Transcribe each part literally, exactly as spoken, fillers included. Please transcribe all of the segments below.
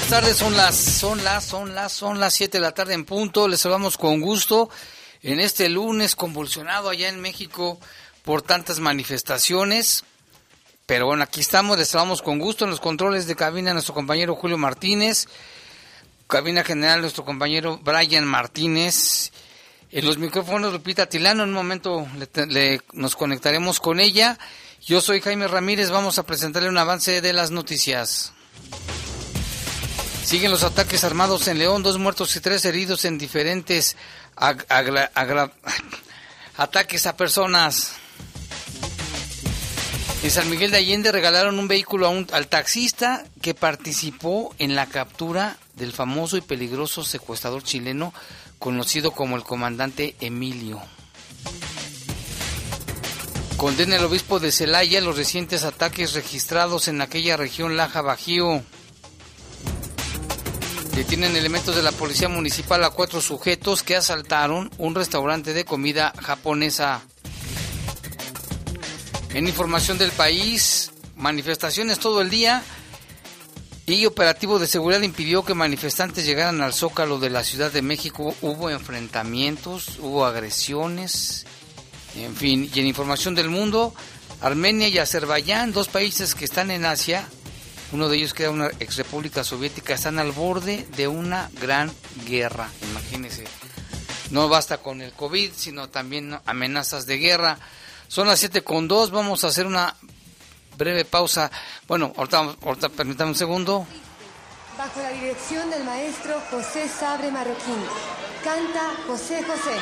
buenas tardes, son las, son las, son las, son las siete de la tarde en punto. Les saludamos con gusto en este lunes convulsionado allá en México por tantas manifestaciones. Pero bueno, aquí estamos, les saludamos con gusto en los controles de cabina nuestro compañero Julio Martínez, cabina general nuestro compañero Brian Martínez, en los micrófonos Lupita Tilano. En un momento le, le, nos conectaremos con ella. Yo soy Jaime Ramírez, vamos a presentarle un avance de las noticias. Siguen los ataques armados en León, dos muertos y tres heridos en diferentes ag- agra- agra- ataques a personas. En San Miguel de Allende regalaron un vehículo a un, al taxista que participó en la captura del famoso y peligroso secuestrador chileno conocido como el comandante Emilio. Condena el obispo de Celaya los recientes ataques registrados en aquella región Laja Bajío. Detienen elementos de la policía municipal a cuatro sujetos que asaltaron un restaurante de comida japonesa. En información del país, manifestaciones todo el día y operativo de seguridad impidió que manifestantes llegaran al Zócalo de la Ciudad de México. Hubo enfrentamientos, hubo agresiones, en fin. Y en información del mundo, Armenia y Azerbaiyán, dos países que están en Asia, uno de ellos que era una exrepública soviética, están al borde de una gran guerra. Imagínense, no basta con el COVID, sino también amenazas de guerra. Son las siete con dos, vamos a hacer una breve pausa. Bueno, ahorita, ahorita permítame un segundo. Bajo la dirección del maestro José Sabre Marroquín, canta José José.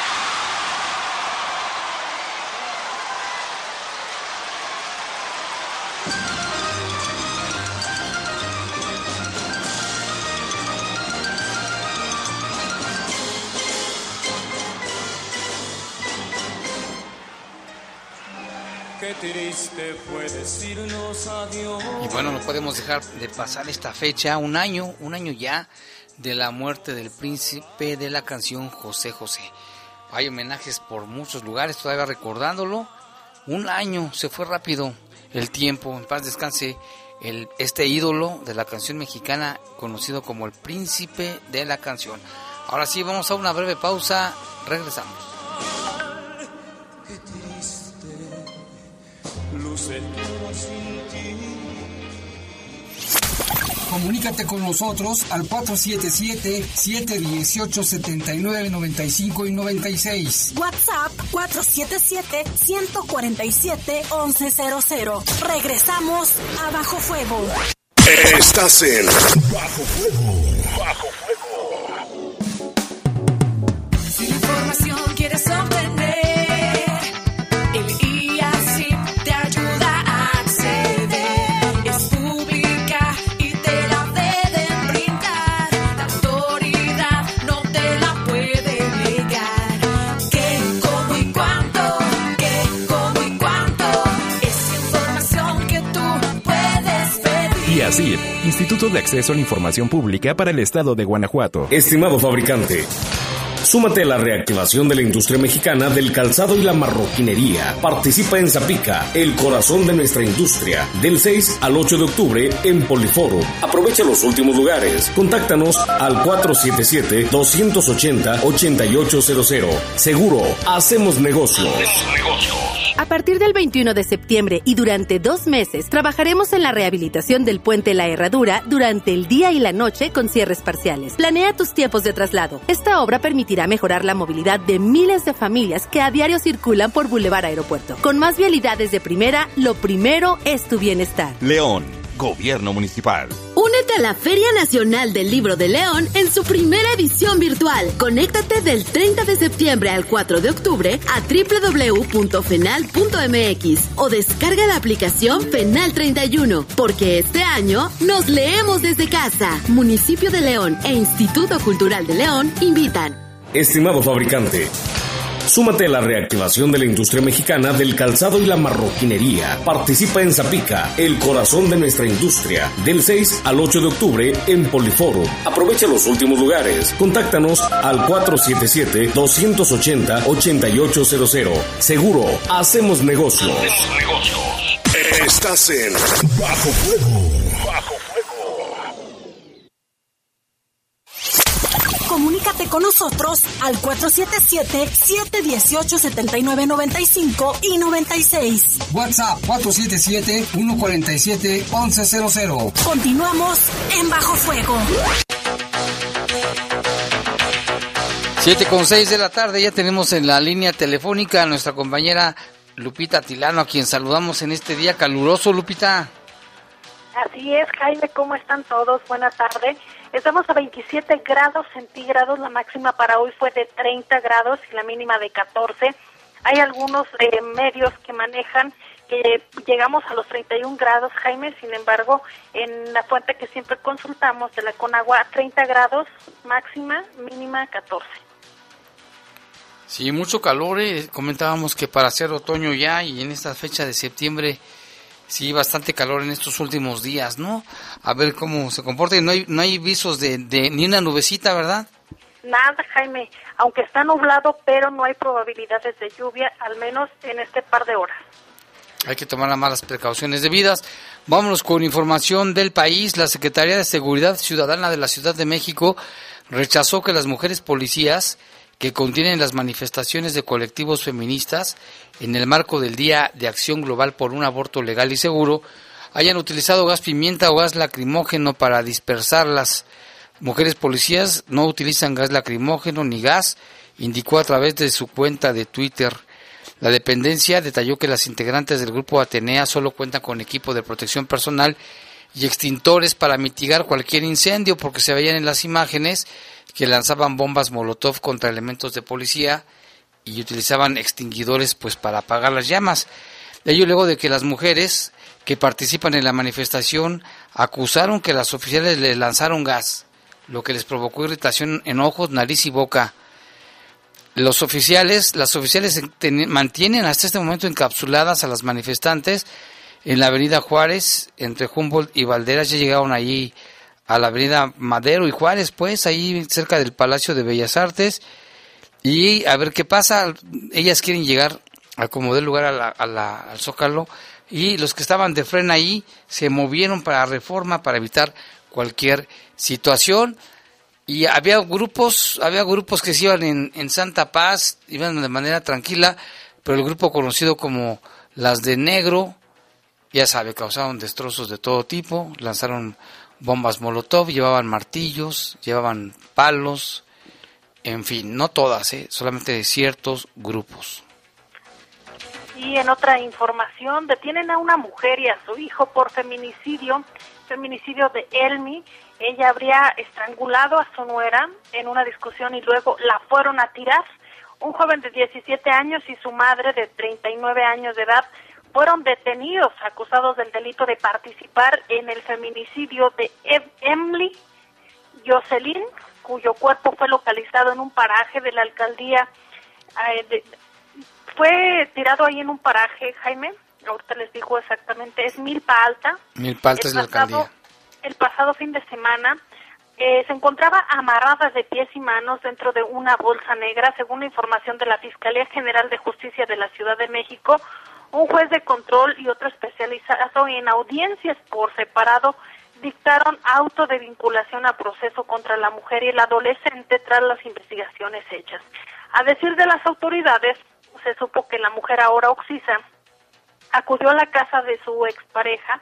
Qué triste fue decirnos adiós. Y bueno, no podemos dejar de pasar esta fecha, un año, un año ya de la muerte del príncipe de la canción José José. Hay homenajes por muchos lugares, todavía recordándolo. Un año, se fue rápido el tiempo. En paz descanse el, este ídolo de la canción mexicana conocido como el príncipe de la canción. Ahora sí, vamos a una breve pausa, regresamos. Comunícate con nosotros al cuatro siete siete, siete uno ocho, siete nueve nueve cinco y noventa y seis. WhatsApp cuatro siete siete, uno cuatro siete, once cero cero. Regresamos a Bajo Fuego. Estás en Bajo Fuego. Bajo Fuego. Si la información quieres obtener, el I A C I P te ayuda a acceder. Es pública y te la deben brindar. La autoridad no te la puede negar. ¿Qué, cómo y cuánto? ¿Qué, cómo y cuánto? Es información que tú puedes pedir. I A C I P, Instituto de Acceso a la Información Pública para el Estado de Guanajuato. Estimado fabricante, súmate a la reactivación de la industria mexicana del calzado y la marroquinería. Participa en Zapica, el corazón de nuestra industria, del seis al ocho de octubre en Poliforo. Aprovecha los últimos lugares. Contáctanos al cuatro siete siete, dos ocho cero, ocho ocho cero cero. Seguro, hacemos negocios. Hacemos negocios. A partir del veintiuno de septiembre y durante dos meses, trabajaremos en la rehabilitación del puente La Herradura durante el día y la noche con cierres parciales. Planea tus tiempos de traslado. Esta obra permitirá mejorar la movilidad de miles de familias que a diario circulan por Boulevard Aeropuerto. Con más vialidades de primera, lo primero es tu bienestar. León, Gobierno Municipal. Únete a la Feria Nacional del Libro de León en su primera edición virtual. Conéctate del treinta de septiembre al cuatro de octubre a doble u doble u doble u punto fenal punto eme equis o descarga la aplicación Fenal treinta y uno, porque este año nos leemos desde casa. Municipio de León e Instituto Cultural de León invitan. Estimado fabricante, súmate a la reactivación de la industria mexicana del calzado y la marroquinería. Participa en Zapica, el corazón de nuestra industria, del seis al ocho de octubre en Poliforo. Aprovecha los últimos lugares. Contáctanos al cuatro siete siete, dos ocho cero, ocho ocho cero cero. Seguro, hacemos negocios. Hacemos negocios. Estás en Bajo Fuego. Bajo Fuego. Comunícate con nosotros al cuatro siete siete, siete uno ocho, siete nueve nueve cinco y noventa y seis. WhatsApp cuatro siete siete, uno cuatro siete, once cero cero. Continuamos en Bajo Fuego. siete con seis de la tarde, ya tenemos en la línea telefónica a nuestra compañera Lupita Tilano, a quien saludamos en este día caluroso. Lupita. Así es, Jaime, ¿cómo están todos? Buenas tardes. Estamos a veintisiete grados centígrados, la máxima para hoy fue de treinta grados y la mínima de catorce. Hay algunos eh, medios que manejan que llegamos a los treinta y un grados, Jaime, sin embargo, en la fuente que siempre consultamos de la Conagua, treinta grados máxima, mínima catorce. Sí, mucho calor, eh. Comentábamos que para ser otoño ya y en esta fecha de septiembre, sí, bastante calor en estos últimos días, ¿no? A ver cómo se comporta y no hay, no hay visos de, de ni una nubecita, ¿verdad? Nada, Jaime, aunque está nublado, pero no hay probabilidades de lluvia, al menos en este par de horas. Hay que tomar las malas precauciones debidas. Vámonos con información del país. La Secretaría de Seguridad Ciudadana de la Ciudad de México rechazó que las mujeres policías que contienen las manifestaciones de colectivos feministas en el marco del Día de Acción Global por un Aborto Legal y Seguro hayan utilizado gas pimienta o gas lacrimógeno para dispersarlas. Mujeres policías no utilizan gas lacrimógeno ni gas, indicó a través de su cuenta de Twitter. La dependencia detalló que las integrantes del grupo Atenea solo cuentan con equipo de protección personal y extintores para mitigar cualquier incendio, porque se veían en las imágenes que lanzaban bombas Molotov contra elementos de policía y utilizaban extinguidores pues para apagar las llamas. Ello luego de que las mujeres que participan en la manifestación acusaron que las oficiales les lanzaron gas, lo que les provocó irritación en ojos, nariz y boca. Los oficiales, las oficiales ten, mantienen hasta este momento encapsuladas a las manifestantes en la avenida Juárez, entre Humboldt y Valderas. Ya llegaron allí a la avenida Madero y Juárez, pues, ahí cerca del Palacio de Bellas Artes. Y a ver qué pasa. Ellas quieren llegar a como dé lugar a la, a la, al Zócalo. Y los que estaban de freno ahí se movieron para Reforma para evitar cualquier situación. Y había grupos, había grupos que se iban en, en Santa Paz, iban de manera tranquila, pero el grupo conocido como las de Negro, ya sabe, causaron destrozos de todo tipo, lanzaron bombas Molotov, llevaban martillos, llevaban palos, en fin, no todas, ¿eh? Solamente de ciertos grupos. Y en otra información, detienen a una mujer y a su hijo por feminicidio, feminicidio de Elmi. Ella habría estrangulado a su nuera en una discusión y luego la fueron a tirar. Un joven de diecisiete años y su madre de treinta y nueve años de edad fueron detenidos, acusados del delito de participar en el feminicidio de Emily Jocelyn, cuyo cuerpo fue localizado en un paraje de la alcaldía. Eh, de, fue tirado ahí en un paraje, Jaime, ahorita les digo exactamente, es Milpa Alta. Milpa Alta es la alcaldía. El pasado fin de semana eh, se encontraba amarrada de pies y manos dentro de una bolsa negra, según la información de la Fiscalía General de Justicia de la Ciudad de México. Un juez de control y otro especializado en audiencias por separado dictaron auto de vinculación a proceso contra la mujer y el adolescente tras las investigaciones hechas. A decir de las autoridades, se supo que la mujer, ahora occisa, acudió a la casa de su expareja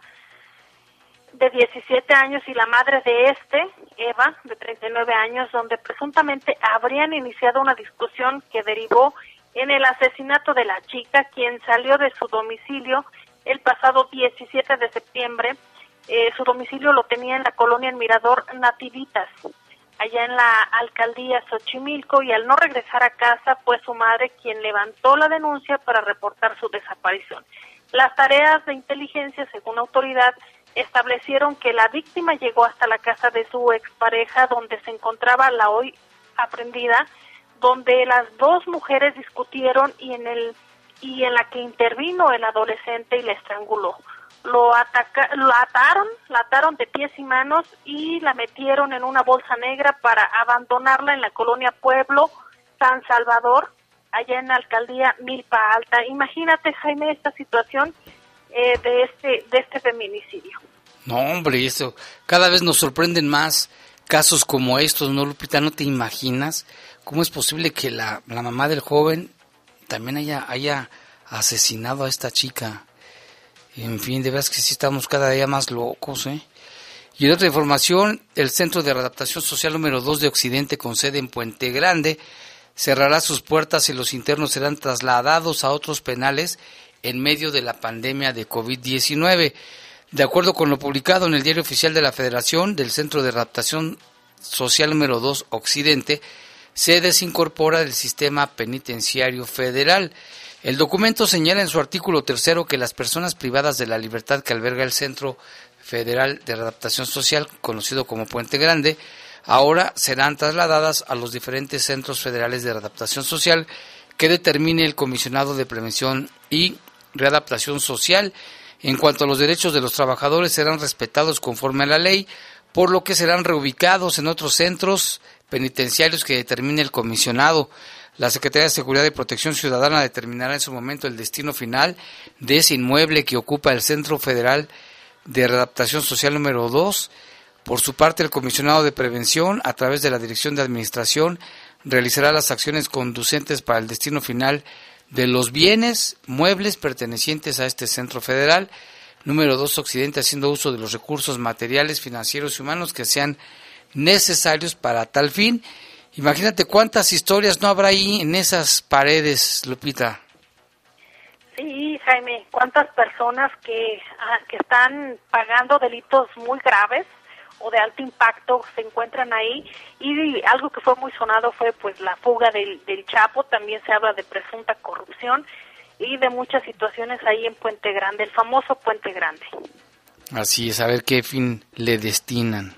de diecisiete años y la madre de este, Eva, de treinta y nueve años, donde presuntamente habrían iniciado una discusión que derivó en el asesinato de la chica, quien salió de su domicilio el pasado diecisiete de septiembre. Eh, su domicilio lo tenía en la colonia El Mirador Nativitas, allá en la alcaldía Xochimilco, y al no regresar a casa fue su madre quien levantó la denuncia para reportar su desaparición. Las tareas de inteligencia, según autoridad, establecieron que la víctima llegó hasta la casa de su expareja, donde se encontraba la hoy aprendida, donde las dos mujeres discutieron y en el y en la que intervino el adolescente y la estranguló. Lo ataca, lo ataron, la ataron de pies y manos y la metieron en una bolsa negra para abandonarla en la colonia Pueblo San Salvador, allá en la alcaldía Milpa Alta. Imagínate, Jaime, esta situación eh, de este de este feminicidio. No, hombre, eso cada vez nos sorprenden más casos como estos, ¿no, Lupita? ¿No te imaginas cómo es posible que la, la mamá del joven también haya, haya asesinado a esta chica? En fin, de veras que sí estamos cada día más locos, ¿eh? Y en otra información, el Centro de Readaptación Social número dos de Occidente, con sede en Puente Grande, cerrará sus puertas y los internos serán trasladados a otros penales en medio de la pandemia de covid diecinueve. De acuerdo con lo publicado en el Diario Oficial de la Federación del Centro de Readaptación Social número dos Occidente, se desincorpora del sistema penitenciario federal. El documento señala en su artículo tercero que las personas privadas de la libertad que alberga el Centro Federal de Readaptación Social, conocido como Puente Grande, ahora serán trasladadas a los diferentes centros federales de readaptación social que determine el Comisionado de Prevención y Readaptación Social. En cuanto a los derechos de los trabajadores, serán respetados conforme a la ley, por lo que serán reubicados en otros centros penitenciarios que determine el comisionado. La Secretaría de Seguridad y Protección Ciudadana determinará en su momento el destino final de ese inmueble que ocupa el Centro Federal de Readaptación Social número dos. Por su parte, el Comisionado de Prevención, a través de la Dirección de Administración, realizará las acciones conducentes para el destino final de los bienes muebles pertenecientes a este Centro Federal número dos Occidente, haciendo uso de los recursos materiales, financieros y humanos que sean necesarios para tal fin. Imagínate cuántas historias no habrá ahí en esas paredes, Lupita. Sí, Jaime, cuántas personas que, ah, que están pagando delitos muy graves o de alto impacto se encuentran ahí, y algo que fue muy sonado fue pues la fuga del, del Chapo. También se habla de presunta corrupción y de muchas situaciones ahí en Puente Grande, el famoso Puente Grande. Así es, a ver qué fin le destinan.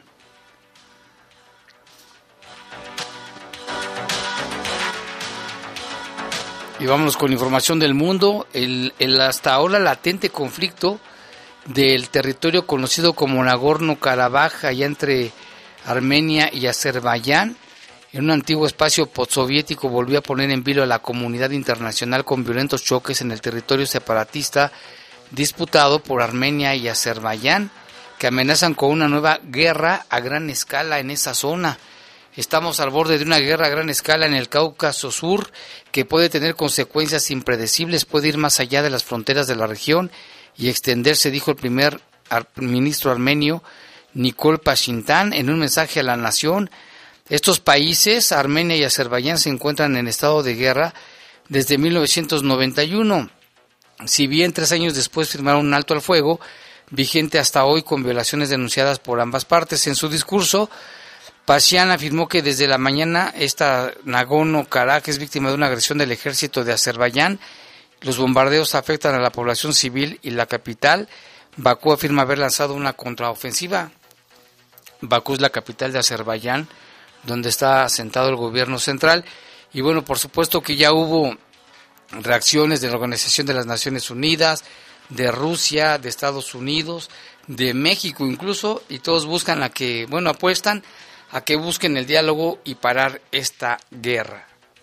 Y vámonos con información del mundo. El, el hasta ahora latente conflicto del territorio conocido como Nagorno-Karabaj, allá entre Armenia y Azerbaiyán, en un antiguo espacio postsoviético, volvió a poner en vilo a la comunidad internacional con violentos choques en el territorio separatista disputado por Armenia y Azerbaiyán, que amenazan con una nueva guerra a gran escala en esa zona. Estamos al borde de una guerra a gran escala en el Cáucaso Sur, que puede tener consecuencias impredecibles, puede ir más allá de las fronteras de la región y extenderse, dijo el primer ministro armenio Nikol Pashinyan en un mensaje a la nación. Estos países, Armenia y Azerbaiyán, se encuentran en estado de guerra desde mil novecientos noventa y uno. Si bien tres años después firmaron un alto al fuego, vigente hasta hoy con violaciones denunciadas por ambas partes. En su discurso, Pashinyan afirmó que desde la mañana esta Nagorno-Karabaj es víctima de una agresión del ejército de Azerbaiyán. Los bombardeos afectan a la población civil y la capital. Bakú afirma haber lanzado una contraofensiva. Bakú es la capital de Azerbaiyán, donde está asentado el gobierno central. Y bueno, por supuesto que ya hubo reacciones de la Organización de las Naciones Unidas, de Rusia, de Estados Unidos, de México incluso, y todos buscan a que, bueno, apuestan a que busquen el diálogo y parar esta guerra.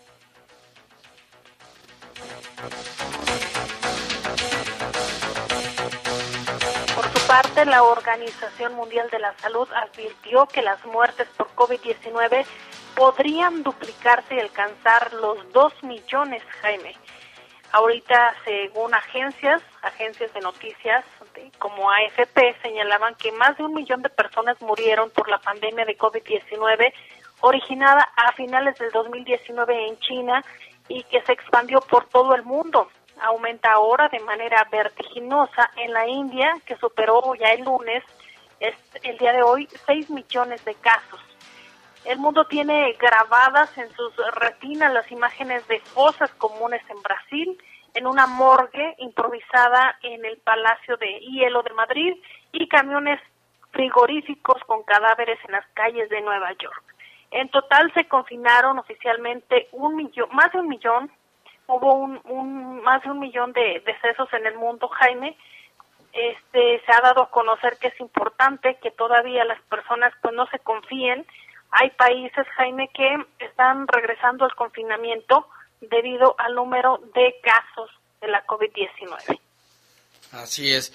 Por su parte, la Organización Mundial de la Salud advirtió que las muertes por covid diecinueve podrían duplicarse y alcanzar los dos millones, Jaime. Ahorita, según agencias, agencias de noticias como A F P, señalaban que más de un millón de personas murieron por la pandemia de covid diecinueve originada a finales del dos mil diecinueve en China y que se expandió por todo el mundo. Aumenta ahora de manera vertiginosa en la India, que superó ya el lunes, es el día de hoy, seis millones de casos. El mundo tiene grabadas en sus retinas las imágenes de fosas comunes en Brasil, en una morgue improvisada en el Palacio de Hielo de Madrid y camiones frigoríficos con cadáveres en las calles de Nueva York. En total se confinaron oficialmente un millón, más de un millón, hubo un, un más de un millón de decesos en el mundo, Jaime. Este, se ha dado a conocer que es importante que todavía las personas pues no se confíen. Hay países, Jaime, que están regresando al confinamiento debido al número de casos de la covid diecinueve. Así es.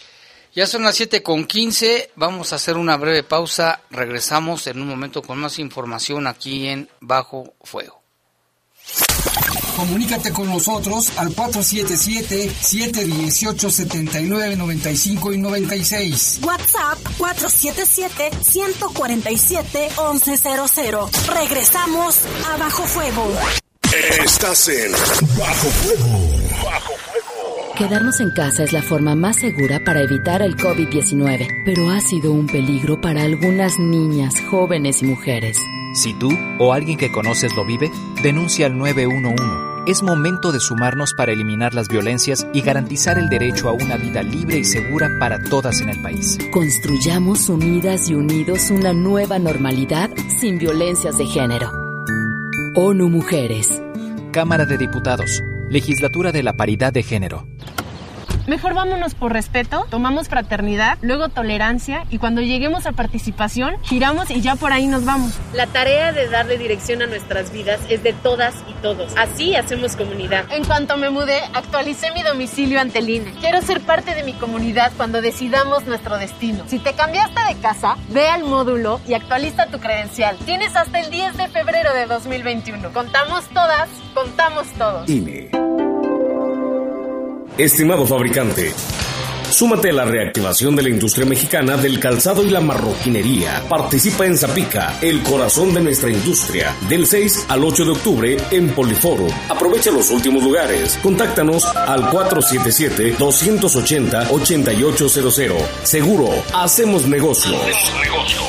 Ya son las siete con quince, vamos a hacer una breve pausa, regresamos en un momento con más información aquí en Bajo Fuego. Comunícate con nosotros al cuatro siete siete, siete uno ocho, siete nueve nueve cinco y noventa y seis. WhatsApp cuatro siete siete, uno cuatro siete, once cero cero. Regresamos a Bajo Fuego. Estás en Bajo Fuego. Bajo Fuego. Quedarnos en casa es la forma más segura para evitar el COVID diecinueve, pero ha sido un peligro para algunas niñas, jóvenes y mujeres. Si tú o alguien que conoces lo vive, denuncia al nueve uno uno. Es momento de sumarnos para eliminar las violencias y garantizar el derecho a una vida libre y segura para todas en el país. Construyamos unidas y unidos una nueva normalidad sin violencias de género. ONU Mujeres. Cámara de Diputados. Legislatura de la Paridad de Género. Mejor vámonos por respeto, tomamos fraternidad, luego tolerancia y cuando lleguemos a participación, giramos y ya por ahí nos vamos. La tarea de darle dirección a nuestras vidas es de todas y todos. Así hacemos comunidad. En cuanto me mudé, actualicé mi domicilio ante el I N E. Quiero ser parte de mi comunidad cuando decidamos nuestro destino. Si te cambiaste de casa, ve al módulo y actualiza tu credencial. Tienes hasta el diez de febrero de dos mil veintiuno. Contamos todas, contamos todos. I N E. Estimado fabricante, súmate a la reactivación de la industria mexicana del calzado y la marroquinería. Participa en Zapica, el corazón de nuestra industria, del seis al ocho de octubre en Poliforo. Aprovecha los últimos lugares. Contáctanos al cuatro siete siete, dos ocho cero, ocho ocho cero cero. Seguro, hacemos negocios. Hacemos negocios.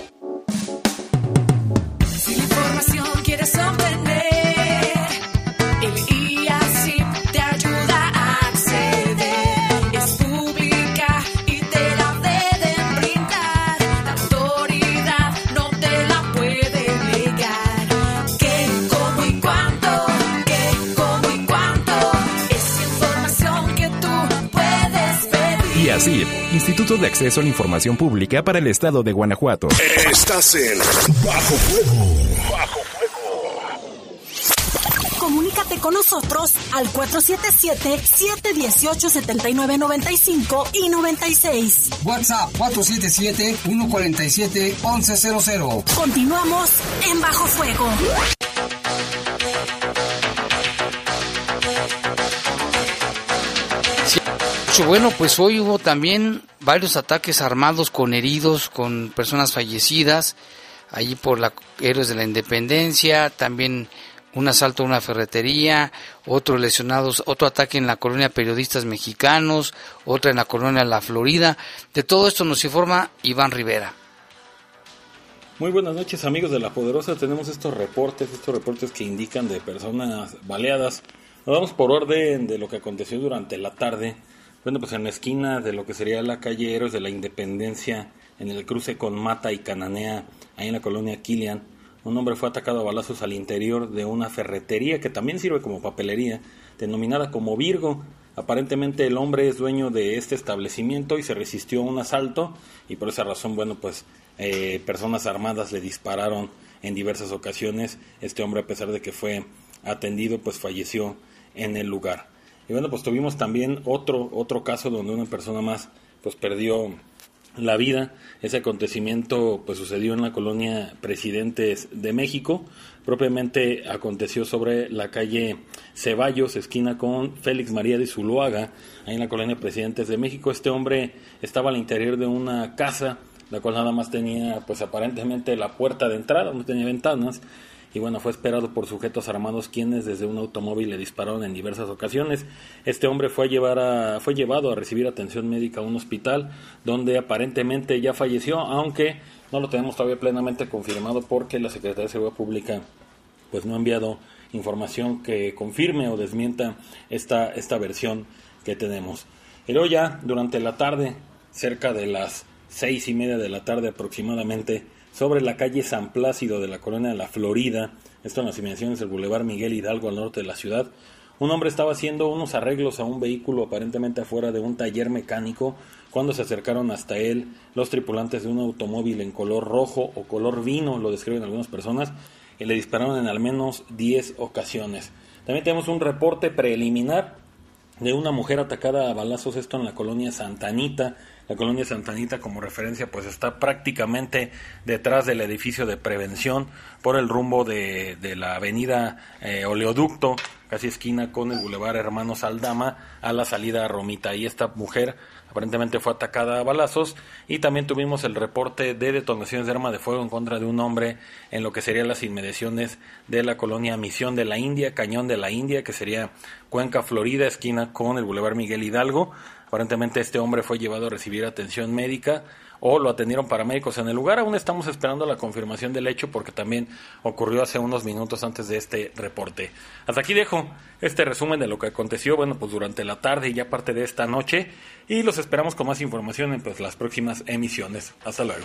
Si la información quieres obtener, el I A C I P te ayuda a I A C I P, Instituto de Acceso a la Información Pública para el Estado de Guanajuato. Estás en Bajo Fuego. Bajo Fuego. Comunícate con nosotros al cuatro siete siete, siete uno ocho, siete nueve nueve cinco y noventa y seis. WhatsApp cuatro siete siete, uno cuatro siete, once cero cero. Continuamos en Bajo Fuego. Bueno, pues hoy hubo también varios ataques armados con heridos, con personas fallecidas, allí por la Héroes de la Independencia, también un asalto a una ferretería, otros lesionados, otro ataque en la colonia Periodistas Mexicanos, otra en la colonia La Florida. De todo esto nos informa Iván Rivera. Muy buenas noches, amigos de La Poderosa. Tenemos estos reportes, estos reportes que indican de personas baleadas. Nos vamos por orden de lo que aconteció durante la tarde. Bueno, pues en la esquina de lo que sería la calle Héroes de la Independencia, en el cruce con Mata y Cananea, ahí en la colonia Kilian, un hombre fue atacado a balazos al interior de una ferretería que también sirve como papelería, denominada como Virgo. Aparentemente el hombre es dueño de este establecimiento y se resistió a un asalto, y por esa razón, bueno, pues eh, personas armadas le dispararon en diversas ocasiones. Este hombre, a pesar de que fue atendido, pues falleció en el lugar. Y bueno, pues tuvimos también otro otro caso donde una persona más pues perdió la vida. Ese acontecimiento pues sucedió en la colonia Presidentes de México. Propiamente aconteció sobre la calle Ceballos, esquina con Félix María de Zuluaga, ahí en la colonia Presidentes de México. Este hombre estaba al interior de una casa, la cual nada más tenía pues aparentemente la puerta de entrada, no tenía ventanas. Y bueno, fue esperado por sujetos armados quienes desde un automóvil le dispararon en diversas ocasiones. Este hombre fue, a llevar a, fue llevado a recibir atención médica a un hospital donde aparentemente ya falleció, aunque no lo tenemos todavía plenamente confirmado porque la Secretaría de Seguridad Pública pues no ha enviado información que confirme o desmienta esta, esta versión que tenemos. Y luego ya durante la tarde, cerca de las seis y media de la tarde aproximadamente, sobre la calle San Plácido de la colonia de La Florida, esto en las inmediaciones del Boulevard Miguel Hidalgo al norte de la ciudad, un hombre estaba haciendo unos arreglos a un vehículo aparentemente afuera de un taller mecánico cuando se acercaron hasta él los tripulantes de un automóvil en color rojo o color vino, lo describen algunas personas, y le dispararon en al menos diez ocasiones. También tenemos un reporte preliminar de una mujer atacada a balazos, esto en la colonia Santa Anita, La colonia Santa Anita, como referencia, pues está prácticamente detrás del edificio de prevención por el rumbo de, de la avenida eh, Oleoducto, casi esquina con el Boulevard Hermanos Aldama, a la salida a Romita. Y esta mujer aparentemente fue atacada a balazos, y también tuvimos el reporte de detonaciones de arma de fuego en contra de un hombre en lo que serían las inmediaciones de la colonia Misión de la India, Cañón de la India, que sería Cuenca, Florida, esquina con el Boulevard Miguel Hidalgo. Aparentemente este hombre fue llevado a recibir atención médica o lo atendieron paramédicos en el lugar. Aún estamos esperando la confirmación del hecho porque también ocurrió hace unos minutos antes de este reporte. Hasta aquí dejo este resumen de lo que aconteció, bueno, pues durante la tarde y ya parte de esta noche, y los esperamos con más información en pues las próximas emisiones. Hasta luego.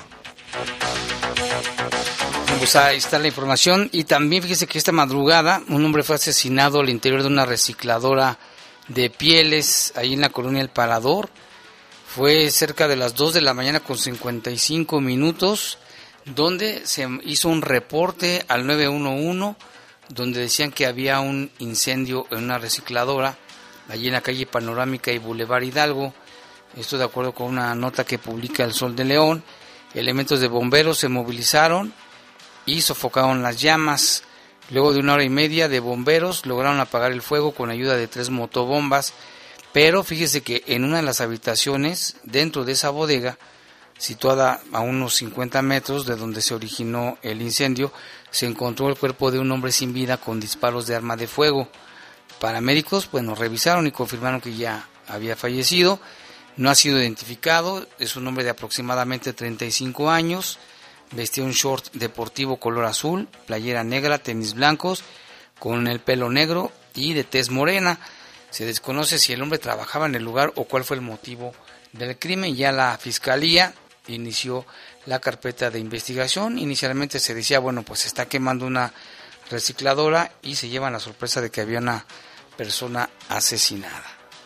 Pues ahí está la información. Y también fíjese que esta madrugada un hombre fue asesinado al interior de una recicladora de pieles ahí en la colonia El Parador. Fue cerca de las dos de la mañana con cincuenta y cinco minutos, donde se hizo un reporte al nueve uno uno, donde decían que había un incendio en una recicladora, allí en la calle Panorámica y Boulevard Hidalgo. Esto de acuerdo con una nota que publica El Sol de León. Elementos de bomberos se movilizaron y sofocaron las llamas. Luego de una hora y media de bomberos lograron apagar el fuego con ayuda de tres motobombas. Pero fíjese que en una de las habitaciones, dentro de esa bodega, situada a unos cincuenta metros de donde se originó el incendio, se encontró el cuerpo de un hombre sin vida con disparos de arma de fuego. Paramédicos, bueno, revisaron y confirmaron que ya había fallecido. No ha sido identificado, es un hombre de aproximadamente treinta y cinco años, vestía un short deportivo color azul, playera negra, tenis blancos, con el pelo negro y de tez morena. Se desconoce si el hombre trabajaba en el lugar o cuál fue el motivo del crimen. Ya la fiscalía inició la carpeta de investigación. Inicialmente se decía, bueno, pues se está quemando una recicladora, y se llevan la sorpresa de que había una persona asesinada.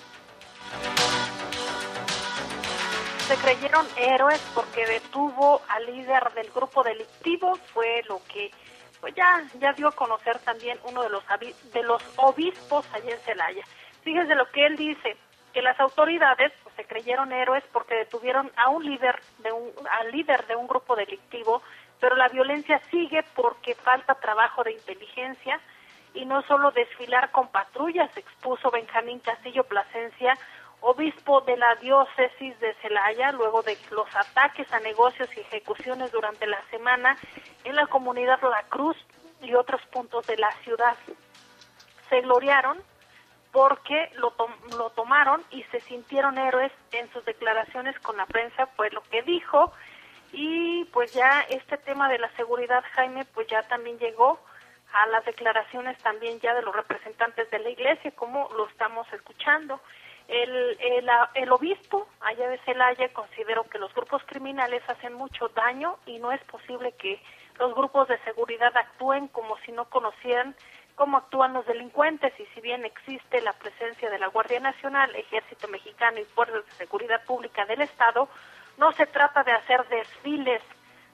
Se creyeron héroes porque detuvo al líder del grupo delictivo, fue lo que pues ya ya dio a conocer también uno de los de los obispos allá en Celaya. Fíjense lo que él dice, que las autoridades pues, se creyeron héroes porque detuvieron a un líder de un al líder de un grupo delictivo, pero la violencia sigue porque falta trabajo de inteligencia y no solo desfilar con patrullas, expuso Benjamín Castillo Plasencia, obispo de la diócesis de Celaya, luego de los ataques a negocios y ejecuciones durante la semana en la comunidad La Cruz y otros puntos de la ciudad. Se gloriaron porque lo, to- lo tomaron y se sintieron héroes en sus declaraciones con la prensa, fue lo que dijo. Y pues ya este tema de la seguridad, Jaime, pues ya también llegó a las declaraciones también ya de los representantes de la iglesia, como lo estamos escuchando. El, el, el obispo allá de Celaya consideró que los grupos criminales hacen mucho daño y no es posible que los grupos de seguridad actúen como si no conocieran cómo actúan los delincuentes, y si bien existe la presencia de la Guardia Nacional, Ejército Mexicano y Fuerzas de Seguridad Pública del Estado, no se trata de hacer desfiles,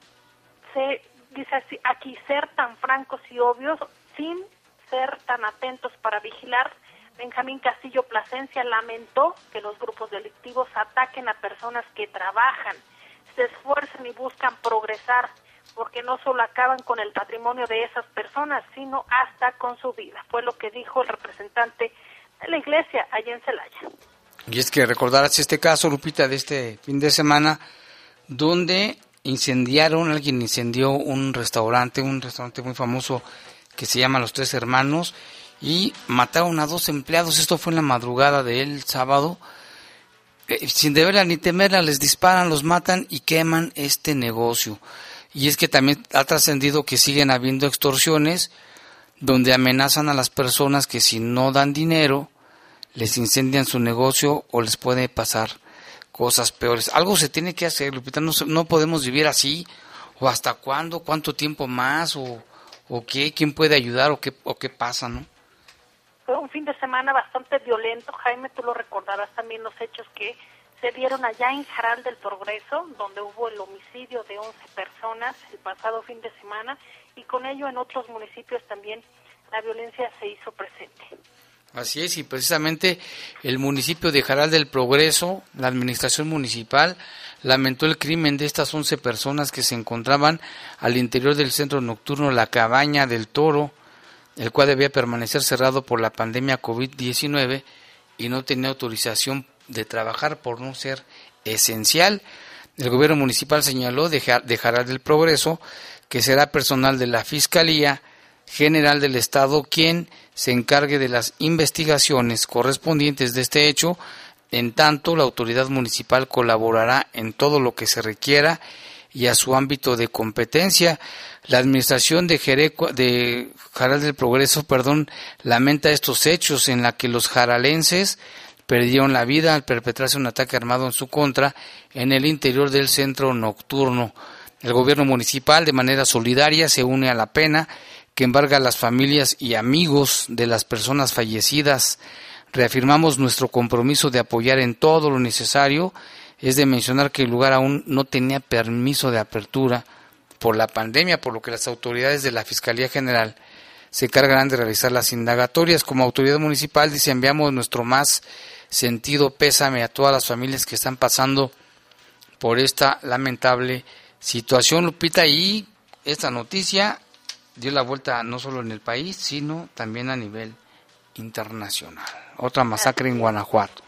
se dice así, aquí ser tan francos y obvios sin ser tan atentos para vigilar. Benjamín Castillo Plasencia lamentó que los grupos delictivos ataquen a personas que trabajan, se esfuerzan y buscan progresar, porque no solo acaban con el patrimonio de esas personas, sino hasta con su vida. Fue lo que dijo el representante de la iglesia allá en Celaya. Y es que recordarás este caso, Lupita, de este fin de semana, donde incendiaron, alguien incendió un restaurante, un restaurante muy famoso que se llama Los Tres Hermanos, y mataron a dos empleados. Esto fue en la madrugada del sábado. Eh, sin deberla ni temerla, les disparan, los matan y queman este negocio. Y es que también ha trascendido que siguen habiendo extorsiones donde amenazan a las personas que si no dan dinero les incendian su negocio o les puede pasar cosas peores. Algo se tiene que hacer, Lupita, no, no podemos vivir así. ¿O hasta cuándo? ¿Cuánto tiempo más? ¿O, o qué? ¿Quién puede ayudar? ¿O qué, o qué pasa, no? Fue un fin de semana bastante violento, Jaime, tú lo recordarás también los hechos que se dieron allá en Jaral del Progreso, donde hubo el homicidio de once personas el pasado fin de semana, y con ello en otros municipios también la violencia se hizo presente. Así es, y precisamente el municipio de Jaral del Progreso, la administración municipal, lamentó el crimen de estas once personas que se encontraban al interior del centro nocturno La Cabaña del Toro, el cual debía permanecer cerrado por la pandemia COVID diecinueve y no tenía autorización de trabajar por no ser esencial. El gobierno municipal señaló de Jaral del Progreso que será personal de la Fiscalía General del Estado quien se encargue de las investigaciones correspondientes de este hecho. En tanto, la autoridad municipal colaborará en todo lo que se requiera y a su ámbito de competencia. La administración de, Jereco, de Jaral del Progreso perdón, lamenta estos hechos en la que los jaralenses perdieron la vida al perpetrarse un ataque armado en su contra en el interior del centro nocturno. El gobierno municipal, de manera solidaria, se une a la pena que embarga a las familias y amigos de las personas fallecidas. Reafirmamos nuestro compromiso de apoyar en todo lo necesario. Es de mencionar que el lugar aún no tenía permiso de apertura por la pandemia, por lo que las autoridades de la Fiscalía General se encargarán de realizar las indagatorias. Como autoridad municipal, dice, enviamos nuestro más sentido pésame a todas las familias que están pasando por esta lamentable situación, Lupita, y esta noticia dio la vuelta no solo en el país, sino también a nivel internacional. Otra masacre en Guanajuato.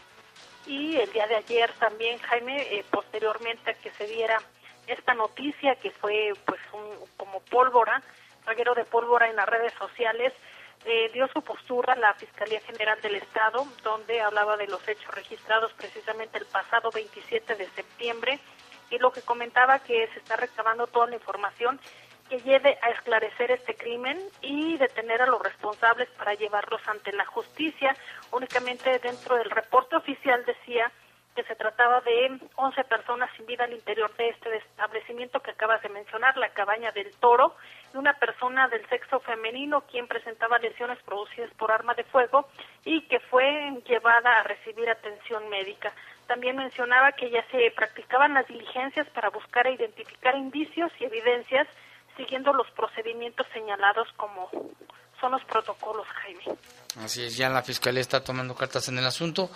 Y el día de ayer también, Jaime, eh, posteriormente a que se diera esta noticia que fue pues un, como pólvora, reguero de pólvora en las redes sociales, eh, dio su postura la Fiscalía General del Estado, donde hablaba de los hechos registrados precisamente el pasado veintisiete de septiembre, y lo que comentaba que se está recabando toda la información que lleve a esclarecer este crimen y detener a los responsables para llevarlos ante la justicia. Únicamente dentro del reporte oficial decía que se trataba de once personas sin vida al interior de este establecimiento que acabas de mencionar, la Cabaña del Toro, y una persona del sexo femenino quien presentaba lesiones producidas por arma de fuego y que fue llevada a recibir atención médica. También mencionaba que ya se practicaban las diligencias para buscar e identificar indicios y evidencias siguiendo los procedimientos señalados como son los protocolos, Jaime. Así es, ya la Fiscalía está tomando cartas en el asunto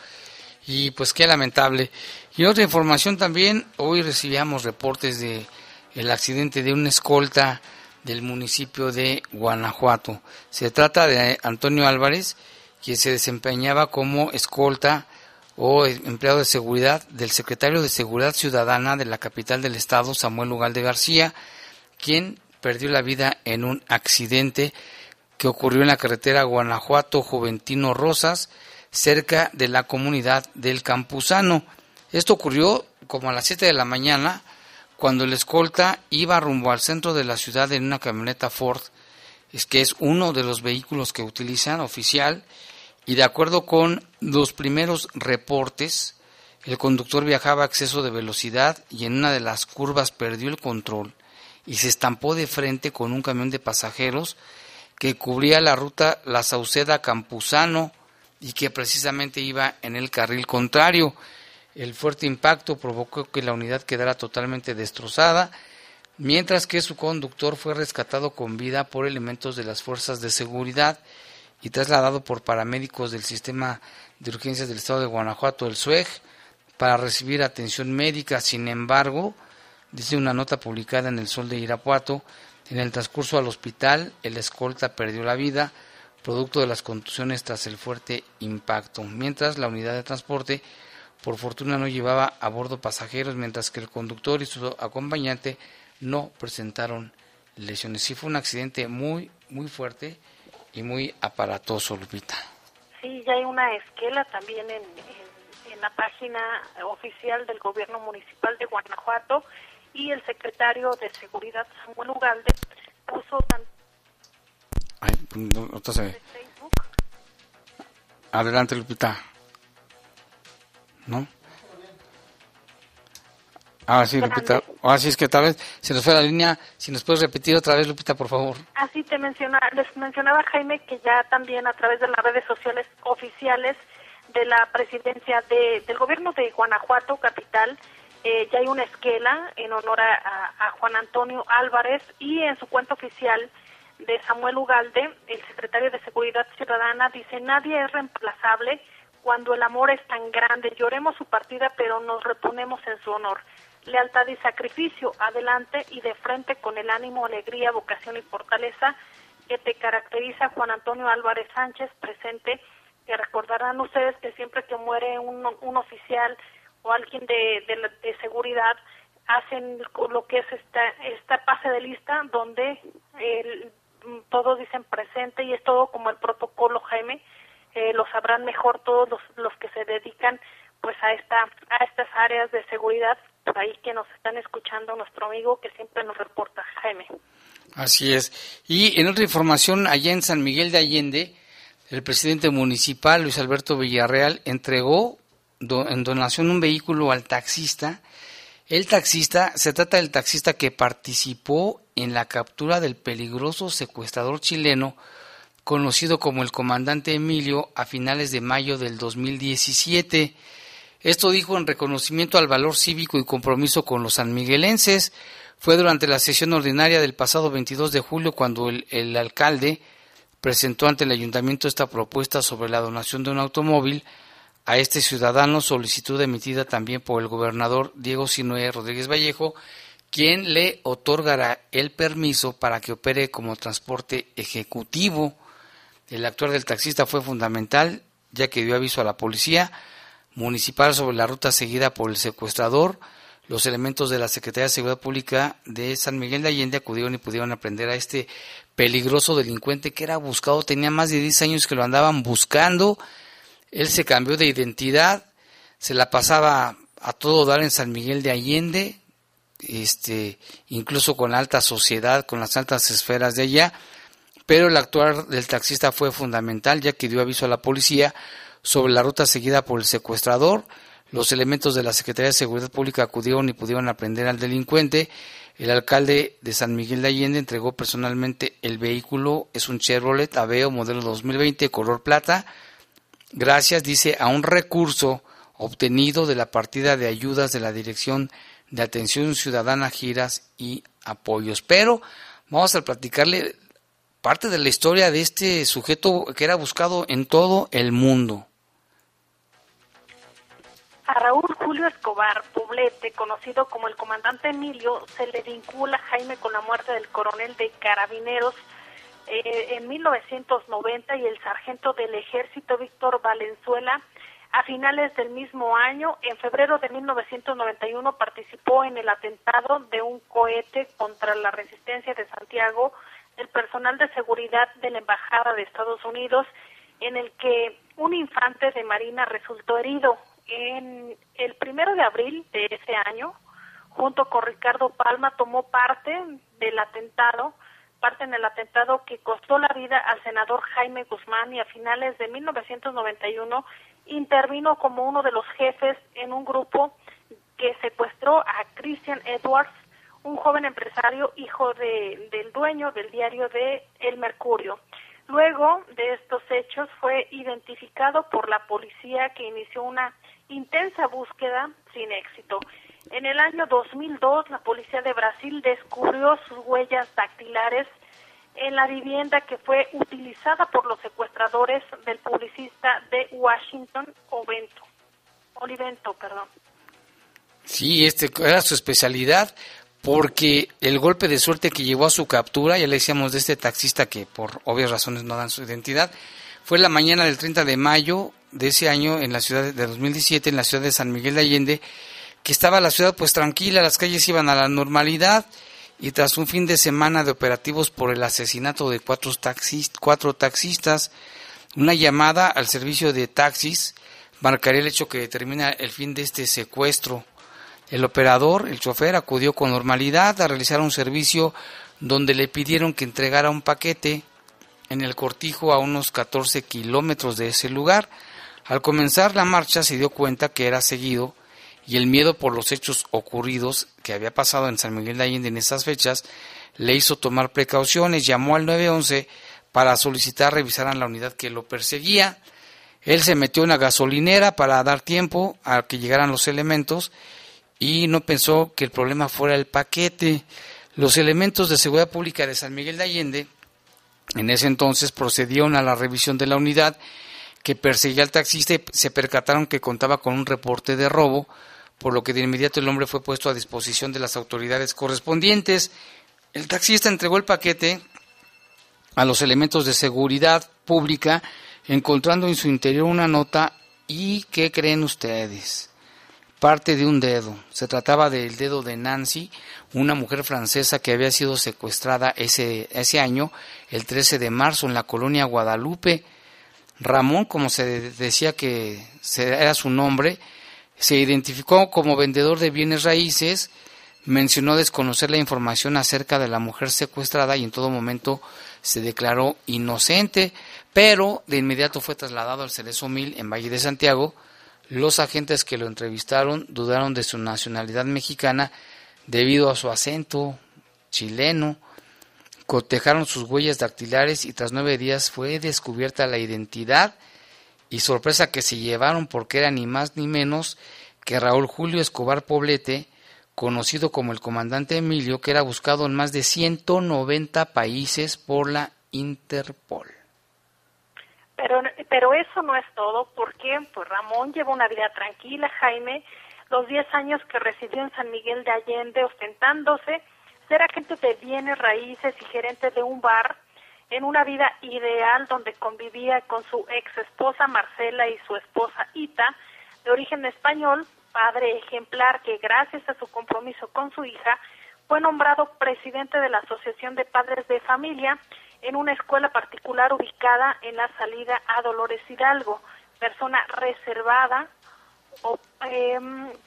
y pues qué lamentable. Y otra información también, hoy recibíamos reportes de el accidente de una escolta del municipio de Guanajuato. Se trata de Antonio Álvarez, quien se desempeñaba como escolta o empleado de seguridad del secretario de Seguridad Ciudadana de la capital del estado, Samuel Ugalde García, quien perdió la vida en un accidente que ocurrió en la carretera Guanajuato-Juventino Rosas, cerca de la comunidad del Campuzano. Esto ocurrió como a las siete de la mañana, cuando el escolta iba rumbo al centro de la ciudad en una camioneta Ford, es que es uno de los vehículos que utilizan oficial, y de acuerdo con los primeros reportes, el conductor viajaba a exceso de velocidad y en una de las curvas perdió el control y se estampó de frente con un camión de pasajeros que cubría la ruta La Sauceda-Campuzano y que precisamente iba en el carril contrario. El fuerte impacto provocó que la unidad quedara totalmente destrozada, mientras que su conductor fue rescatado con vida por elementos de las fuerzas de seguridad y trasladado por paramédicos del Sistema de Urgencias del Estado de Guanajuato, el S U E G, para recibir atención médica. Sin embargo, dice una nota publicada en El Sol de Irapuato, en el transcurso al hospital, el escolta perdió la vida, producto de las contusiones tras el fuerte impacto, mientras la unidad de transporte, por fortuna, no llevaba a bordo pasajeros, mientras que el conductor y su acompañante no presentaron lesiones. Sí, fue un accidente muy, muy fuerte y muy aparatoso, Lupita. Sí, ya hay una esquela también en, en, en la página oficial del gobierno municipal de Guanajuato, y el secretario de Seguridad, Samuel Ugalde, puso tan... Ay, no, no se ve. Adelante, Lupita. ¿No? Ah, sí, Lupita. Ah, sí, es que tal vez se nos fue la línea. Si nos puedes repetir otra vez, Lupita, por favor. Así te menciona, les mencionaba, Jaime, que ya también a través de las redes sociales oficiales de la presidencia de, del gobierno de Guanajuato, capital, Eh, ya hay una esquela en honor a, a, a Juan Antonio Álvarez, y en su cuenta oficial de Samuel Ugalde, el secretario de Seguridad Ciudadana, dice: nadie es reemplazable cuando el amor es tan grande. Lloremos su partida, pero nos reponemos en su honor. Lealtad y sacrificio, adelante y de frente con el ánimo, alegría, vocación y fortaleza que te caracteriza. Juan Antonio Álvarez Sánchez, presente, que recordarán ustedes que siempre que muere un, un oficial o alguien de, de, de seguridad, hacen lo que es esta, esta pase de lista, donde el, todos dicen presente, y es todo como el protocolo, Jaime. Eh, lo sabrán mejor todos los, los que se dedican pues a esta a estas áreas de seguridad, por ahí que nos están escuchando, nuestro amigo que siempre nos reporta, Jaime. Así es. Y en otra información, allá en San Miguel de Allende, el presidente municipal, Luis Alberto Villarreal, entregó do, en donación un vehículo al taxista. El taxista, se trata del taxista que participó en la captura del peligroso secuestrador chileno conocido como el comandante Emilio a finales de mayo del dos mil diecisiete. Esto dijo en reconocimiento al valor cívico y compromiso con los sanmiguelenses. Fue durante la sesión ordinaria del pasado veintidós de julio cuando el, el alcalde presentó ante el ayuntamiento esta propuesta sobre la donación de un automóvil a este ciudadano, solicitud emitida también por el gobernador Diego Sinue Rodríguez Vallejo, quien le otorgará el permiso para que opere como transporte ejecutivo. El actuar del taxista fue fundamental, ya que dio aviso a la policía municipal sobre la ruta seguida por el secuestrador. Los elementos de la Secretaría de Seguridad Pública de San Miguel de Allende acudieron y pudieron aprender a este peligroso delincuente que era buscado, tenía más de diez años que lo andaban buscando. Él se cambió de identidad, se la pasaba a todo dar en San Miguel de Allende, este, incluso con la alta sociedad, con las altas esferas de allá, pero el actuar del taxista fue fundamental, ya que dio aviso a la policía sobre la ruta seguida por el secuestrador. Los elementos de la Secretaría de Seguridad Pública acudieron y pudieron aprender al delincuente. El alcalde de San Miguel de Allende entregó personalmente el vehículo, es un Chevrolet Aveo modelo dos mil veinte, color plata, gracias, dice, a un recurso obtenido de la partida de ayudas de la Dirección de Atención Ciudadana, Giras y Apoyos. Pero vamos a platicarle parte de la historia de este sujeto que era buscado en todo el mundo. A Raúl Julio Escobar Poblete, conocido como el comandante Emilio, se le vincula, Jaime, con la muerte del coronel de Carabineros eh, en mil novecientos noventa y el sargento del Ejército Víctor Valenzuela. A finales del mismo año, en febrero de mil novecientos noventa y uno, participó en el atentado de un cohete contra la Resistencia de Santiago, el personal de seguridad de la Embajada de Estados Unidos, en el que un infante de Marina resultó herido. En el primero de abril de ese año, junto con Ricardo Palma, tomó parte del atentado, parte en el atentado que costó la vida al senador Jaime Guzmán, y a finales de mil novecientos noventa y uno intervino como uno de los jefes en un grupo que secuestró a Christian Edwards, un joven empresario, hijo de, del dueño del diario de El Mercurio. Luego de estos hechos fue identificado por la policía, que inició una intensa búsqueda sin éxito. En el año dos mil dos, la policía de Brasil descubrió sus huellas dactilares en la vivienda que fue utilizada por los secuestradores del publicista de Washington, Ovento, Olivento, perdón. Sí, este era su especialidad, porque el golpe de suerte que llevó a su captura, ya le decíamos de este taxista que por obvias razones no dan su identidad, fue la mañana del treinta de mayo de ese año, en la ciudad de dos mil diecisiete, en la ciudad de San Miguel de Allende, que estaba la ciudad pues tranquila, las calles iban a la normalidad, y tras un fin de semana de operativos por el asesinato de cuatro, taxis, cuatro taxistas, una llamada al servicio de taxis marcaría el hecho que determina el fin de este secuestro. El operador, el chofer, acudió con normalidad a realizar un servicio donde le pidieron que entregara un paquete en el Cortijo, a unos catorce kilómetros de ese lugar. Al comenzar la marcha se dio cuenta que era seguido, y el miedo por los hechos ocurridos que había pasado en San Miguel de Allende en esas fechas le hizo tomar precauciones. Llamó al nueve once para solicitar revisaran la unidad que lo perseguía. Él se metió en una gasolinera para dar tiempo a que llegaran los elementos y no pensó que el problema fuera el paquete. Los elementos de seguridad pública de San Miguel de Allende En ese entonces procedieron a la revisión de la unidad que perseguía al taxista y se percataron que contaba con un reporte de robo, por lo que de inmediato el hombre fue puesto a disposición de las autoridades correspondientes. El taxista entregó el paquete a los elementos de seguridad pública, encontrando en su interior una nota y ¿qué creen ustedes? Parte de un dedo. Se trataba del dedo de Nancy, una mujer francesa que había sido secuestrada ese, ese año, el trece de marzo, en la colonia Guadalupe. Ramón, como se decía que era su nombre, se identificó como vendedor de bienes raíces, mencionó desconocer la información acerca de la mujer secuestrada y en todo momento se declaró inocente, pero de inmediato fue trasladado al Cerezo Mil en Valle de Santiago. Los agentes que lo entrevistaron dudaron de su nacionalidad mexicana debido a su acento chileno. Cotejaron sus huellas dactilares y tras nueve días fue descubierta la identidad y sorpresa que se llevaron, porque era ni más ni menos que Raúl Julio Escobar Poblete, conocido como el comandante Emilio, que era buscado en más de ciento noventa países por la Interpol. Pero, pero eso no es todo, porque pues Ramón lleva una vida tranquila, Jaime. Los diez años que residió en San Miguel de Allende, ostentándose ser agente de bienes raíces y gerente de un bar, en una vida ideal donde convivía con su ex esposa Marcela y su esposa Ita, de origen español, padre ejemplar que gracias a su compromiso con su hija fue nombrado presidente de la Asociación de Padres de Familia en una escuela particular ubicada en la salida a Dolores Hidalgo, persona reservada o eh,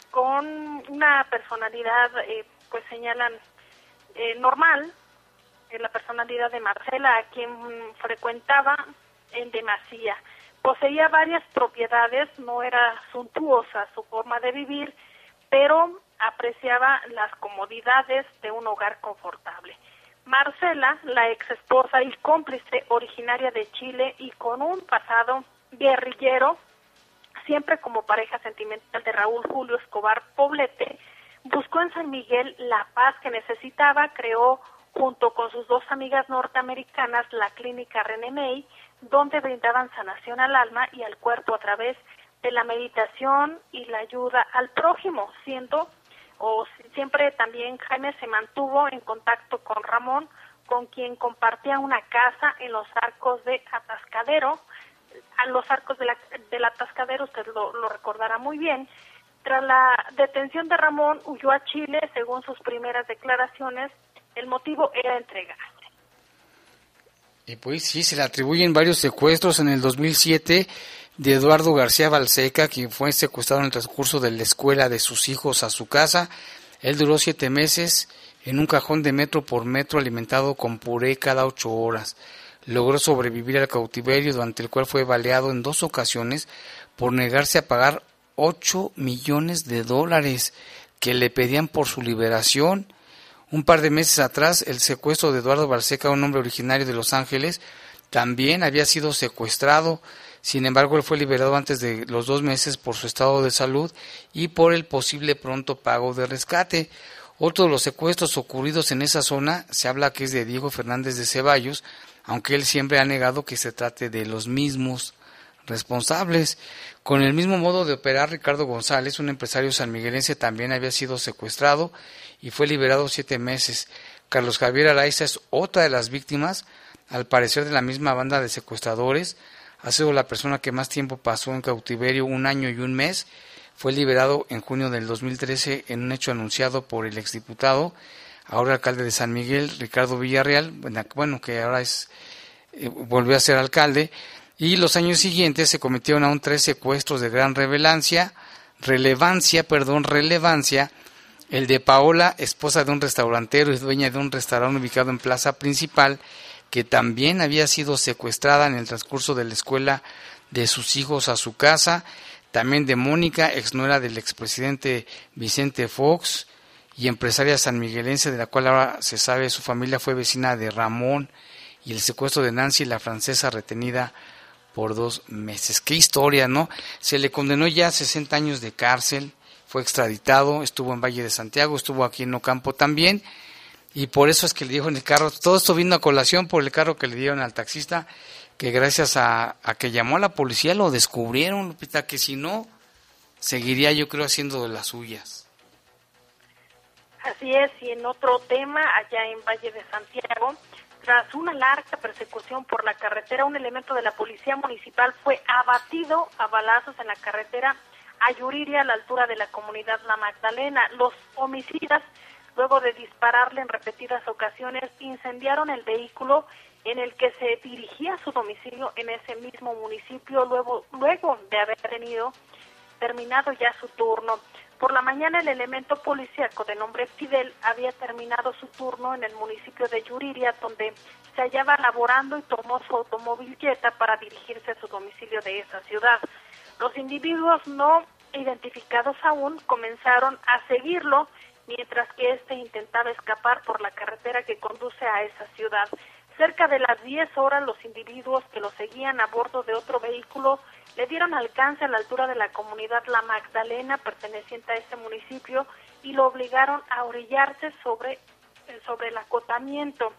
con una personalidad, eh, pues señalan, eh, normal, eh, la personalidad de Marcela, a quien frecuentaba en demasía. Poseía varias propiedades, no era suntuosa su forma de vivir, pero apreciaba las comodidades de un hogar confortable. Marcela, la ex esposa y cómplice originaria de Chile y con un pasado guerrillero, siempre como pareja sentimental de Raúl Julio Escobar Poblete, buscó en San Miguel la paz que necesitaba, creó junto con sus dos amigas norteamericanas la clínica René May, donde brindaban sanación al alma y al cuerpo a través de la meditación y la ayuda al prójimo, siendo o siempre también Jaime se mantuvo en contacto con Ramón, con quien compartía una casa en los Arcos de Atascadero. A los Arcos de la, del Atascadero, usted lo, lo recordará muy bien. Tras la detención de Ramón, huyó a Chile, según sus primeras declaraciones. El motivo era entregarse. Y pues sí, se le atribuyen varios secuestros. En el dos mil siete, de Eduardo García Balseca, quien fue secuestrado en el transcurso de la escuela de sus hijos a su casa. Él duró siete meses en un cajón de metro por metro alimentado con puré cada ocho horas. Logró sobrevivir al cautiverio, durante el cual fue baleado en dos ocasiones por negarse a pagar ocho millones de dólares que le pedían por su liberación. Un par de meses atrás, el secuestro de Eduardo Balseca, un hombre originario de Los Ángeles, también había sido secuestrado. Sin embargo, él fue liberado antes de los dos meses por su estado de salud y por el posible pronto pago de rescate. Otro de los secuestros ocurridos en esa zona se habla que es de Diego Fernández de Ceballos, aunque él siempre ha negado que se trate de los mismos responsables. Con el mismo modo de operar, Ricardo González, un empresario sanmiguelense, también había sido secuestrado y fue liberado siete meses. Carlos Javier Araiza es otra de las víctimas, al parecer de la misma banda de secuestradores. Ha sido la persona que más tiempo pasó en cautiverio, un año y un mes. Fue liberado en junio del dos mil trece en un hecho anunciado por el exdiputado, ahora alcalde de San Miguel, Ricardo Villarreal, bueno, que ahora es eh, volvió a ser alcalde. Y los años siguientes se cometieron aún tres secuestros de gran relevancia, relevancia, perdón, relevancia. El de Paola, esposa de un restaurantero y dueña de un restaurante ubicado en Plaza Principal, que también había sido secuestrada en el transcurso de la escuela de sus hijos a su casa. También de Mónica, exnuera del expresidente Vicente Fox y empresaria sanmiguelense, de la cual ahora se sabe su familia fue vecina de Ramón. Y el secuestro de Nancy, la francesa, retenida por dos meses. Qué historia, ¿no? Se le condenó ya a sesenta años de cárcel, fue extraditado, estuvo en Valle de Santiago, estuvo aquí en Ocampo también, Y por eso es que le dijo en el carro, todo esto vino a colación por el carro que le dieron al taxista, que gracias a, a que llamó a la policía lo descubrieron, Lupita, que si no, seguiría yo creo haciendo de las suyas. Así es, y en otro tema, allá en Valle de Santiago, tras una larga persecución por la carretera, un elemento de la policía municipal fue abatido a balazos en la carretera a Yuriria, a la altura de la comunidad La Magdalena. Los homicidas, luego de dispararle en repetidas ocasiones, incendiaron el vehículo en el que se dirigía a su domicilio en ese mismo municipio, luego, luego de haber tenido terminado ya su turno. Por la mañana, el elemento policíaco de nombre Fidel había terminado su turno en el municipio de Yuriria, donde se hallaba laborando, y tomó su automóvil Jetta para dirigirse a su domicilio de esa ciudad. Los individuos no identificados aún comenzaron a seguirlo, mientras que éste intentaba escapar por la carretera que conduce a esa ciudad. Cerca de las diez horas, los individuos que lo seguían a bordo de otro vehículo le dieron alcance a la altura de la comunidad La Magdalena, perteneciente a este municipio, y lo obligaron a orillarse sobre, sobre el acotamiento.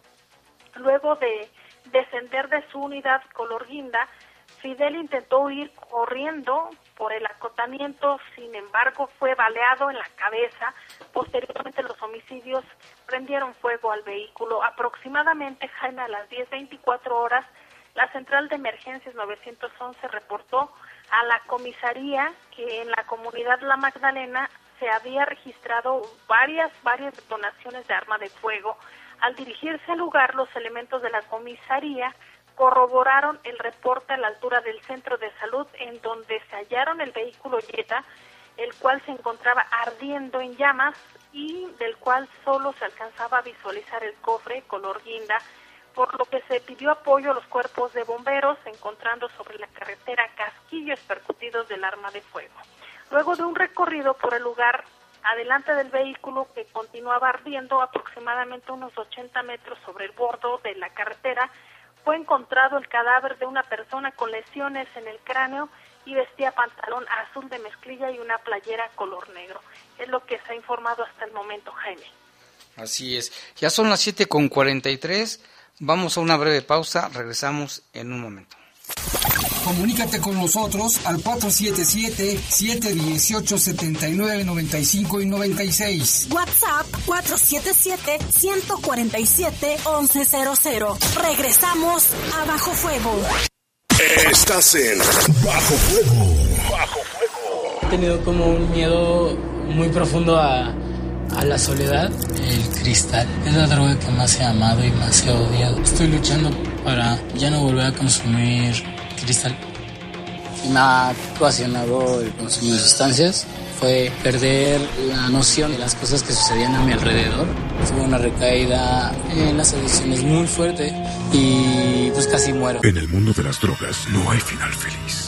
Luego de descender de su unidad color guinda, Fidel intentó huir corriendo por el acotamiento, sin embargo fue baleado en la cabeza. Posteriormente los homicidios prendieron fuego al vehículo. Aproximadamente, Jaime, a las diez veinticuatro horas, la central de emergencias nueve once reportó a la comisaría que en la comunidad La Magdalena se había registrado varias, varias detonaciones de arma de fuego. Al dirigirse al lugar, los elementos de la comisaría corroboraron el reporte a la altura del centro de salud, en donde se hallaron el vehículo Jetta, el cual se encontraba ardiendo en llamas y del cual solo se alcanzaba a visualizar el cofre color guinda, por lo que se pidió apoyo a los cuerpos de bomberos, encontrando sobre la carretera casquillos percutidos del arma de fuego. Luego de un recorrido por el lugar, adelante del vehículo que continuaba ardiendo, aproximadamente unos ochenta metros sobre el bordo de la carretera, fue encontrado el cadáver de una persona con lesiones en el cráneo y vestía pantalón azul de mezclilla y una playera color negro. Es lo que se ha informado hasta el momento, Jaime. Así es. Ya son las siete con cuarenta y tres. Vamos a una breve pausa. Regresamos en un momento. Comunícate con nosotros al cuatro siete siete, siete uno ocho, siete nueve nueve cinco y noventa y seis. WhatsApp cuatro siete siete, uno cuatro siete, once cero cero. Regresamos a Bajo Fuego. Estás en Bajo Fuego. Bajo Fuego. He tenido como un miedo muy profundo a, a la soledad. El cristal es la droga que más he amado y más he odiado. Estoy luchando para ya no volver a consumir cristal. Me ha ocasionado el consumo de sustancias. Fue perder la noción de las cosas que sucedían a mi alrededor. Tuve una recaída en las adicciones muy fuerte y pues casi muero. En el mundo de las drogas no hay final feliz.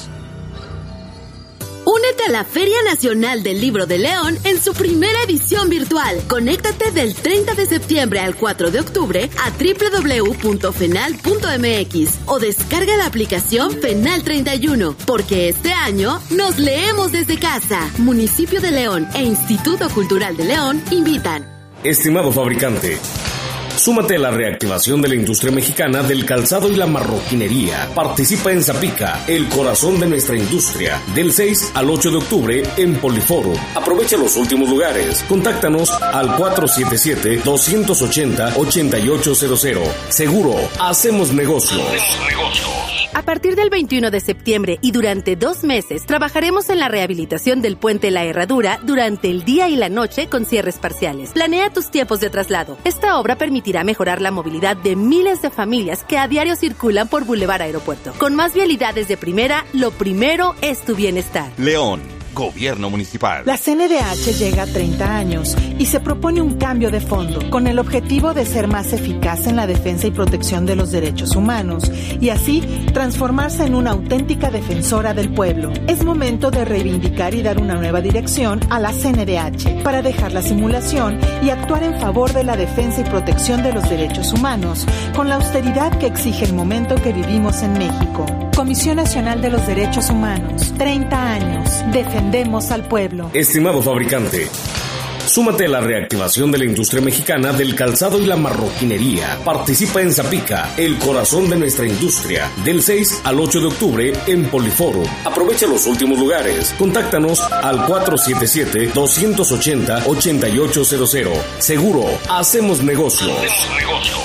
Únete a la Feria Nacional del Libro de León en su primera edición virtual. Conéctate del treinta de septiembre al cuatro de octubre a doble u doble u doble u punto fenal punto eme equis o descarga la aplicación Fenal treinta y uno, porque este año nos leemos desde casa. Municipio de León e Instituto Cultural de León invitan. Estimado fabricante, súmate a la reactivación de la industria mexicana del calzado y la marroquinería. Participa en Zapica, el corazón de nuestra industria, del seis al ocho de octubre en Poliforo. Aprovecha los últimos lugares. Contáctanos al cuatro siete siete, dos ocho cero, ocho ocho cero cero. Seguro, hacemos negocios. Hacemos negocios. A partir del veintiuno de septiembre y durante dos meses, trabajaremos en la rehabilitación del puente La Herradura durante el día y la noche con cierres parciales. Planea tus tiempos de traslado. Esta obra permitirá mejorar la movilidad de miles de familias que a diario circulan por Boulevard Aeropuerto. Con más vialidades de primera, lo primero es tu bienestar. León, Gobierno Municipal. La C N D H llega a treinta años y se propone un cambio de fondo con el objetivo de ser más eficaz en la defensa y protección de los derechos humanos y así transformarse en una auténtica defensora del pueblo. Es momento de reivindicar y dar una nueva dirección a la C N D H para dejar la simulación y actuar en favor de la defensa y protección de los derechos humanos con la austeridad que exige el momento que vivimos en México. Comisión Nacional de los Derechos Humanos, treinta años. Defendemos al pueblo. Estimado fabricante, Súmate a la reactivación de la industria mexicana del calzado y la marroquinería. Participa en Zapica, el corazón de nuestra industria, del seis al ocho de octubre en Poliforum. Aprovecha los últimos lugares. Contáctanos al cuatro siete siete, dos ocho cero, ocho ocho cero cero. Seguro, hacemos negocios. Hacemos negocios.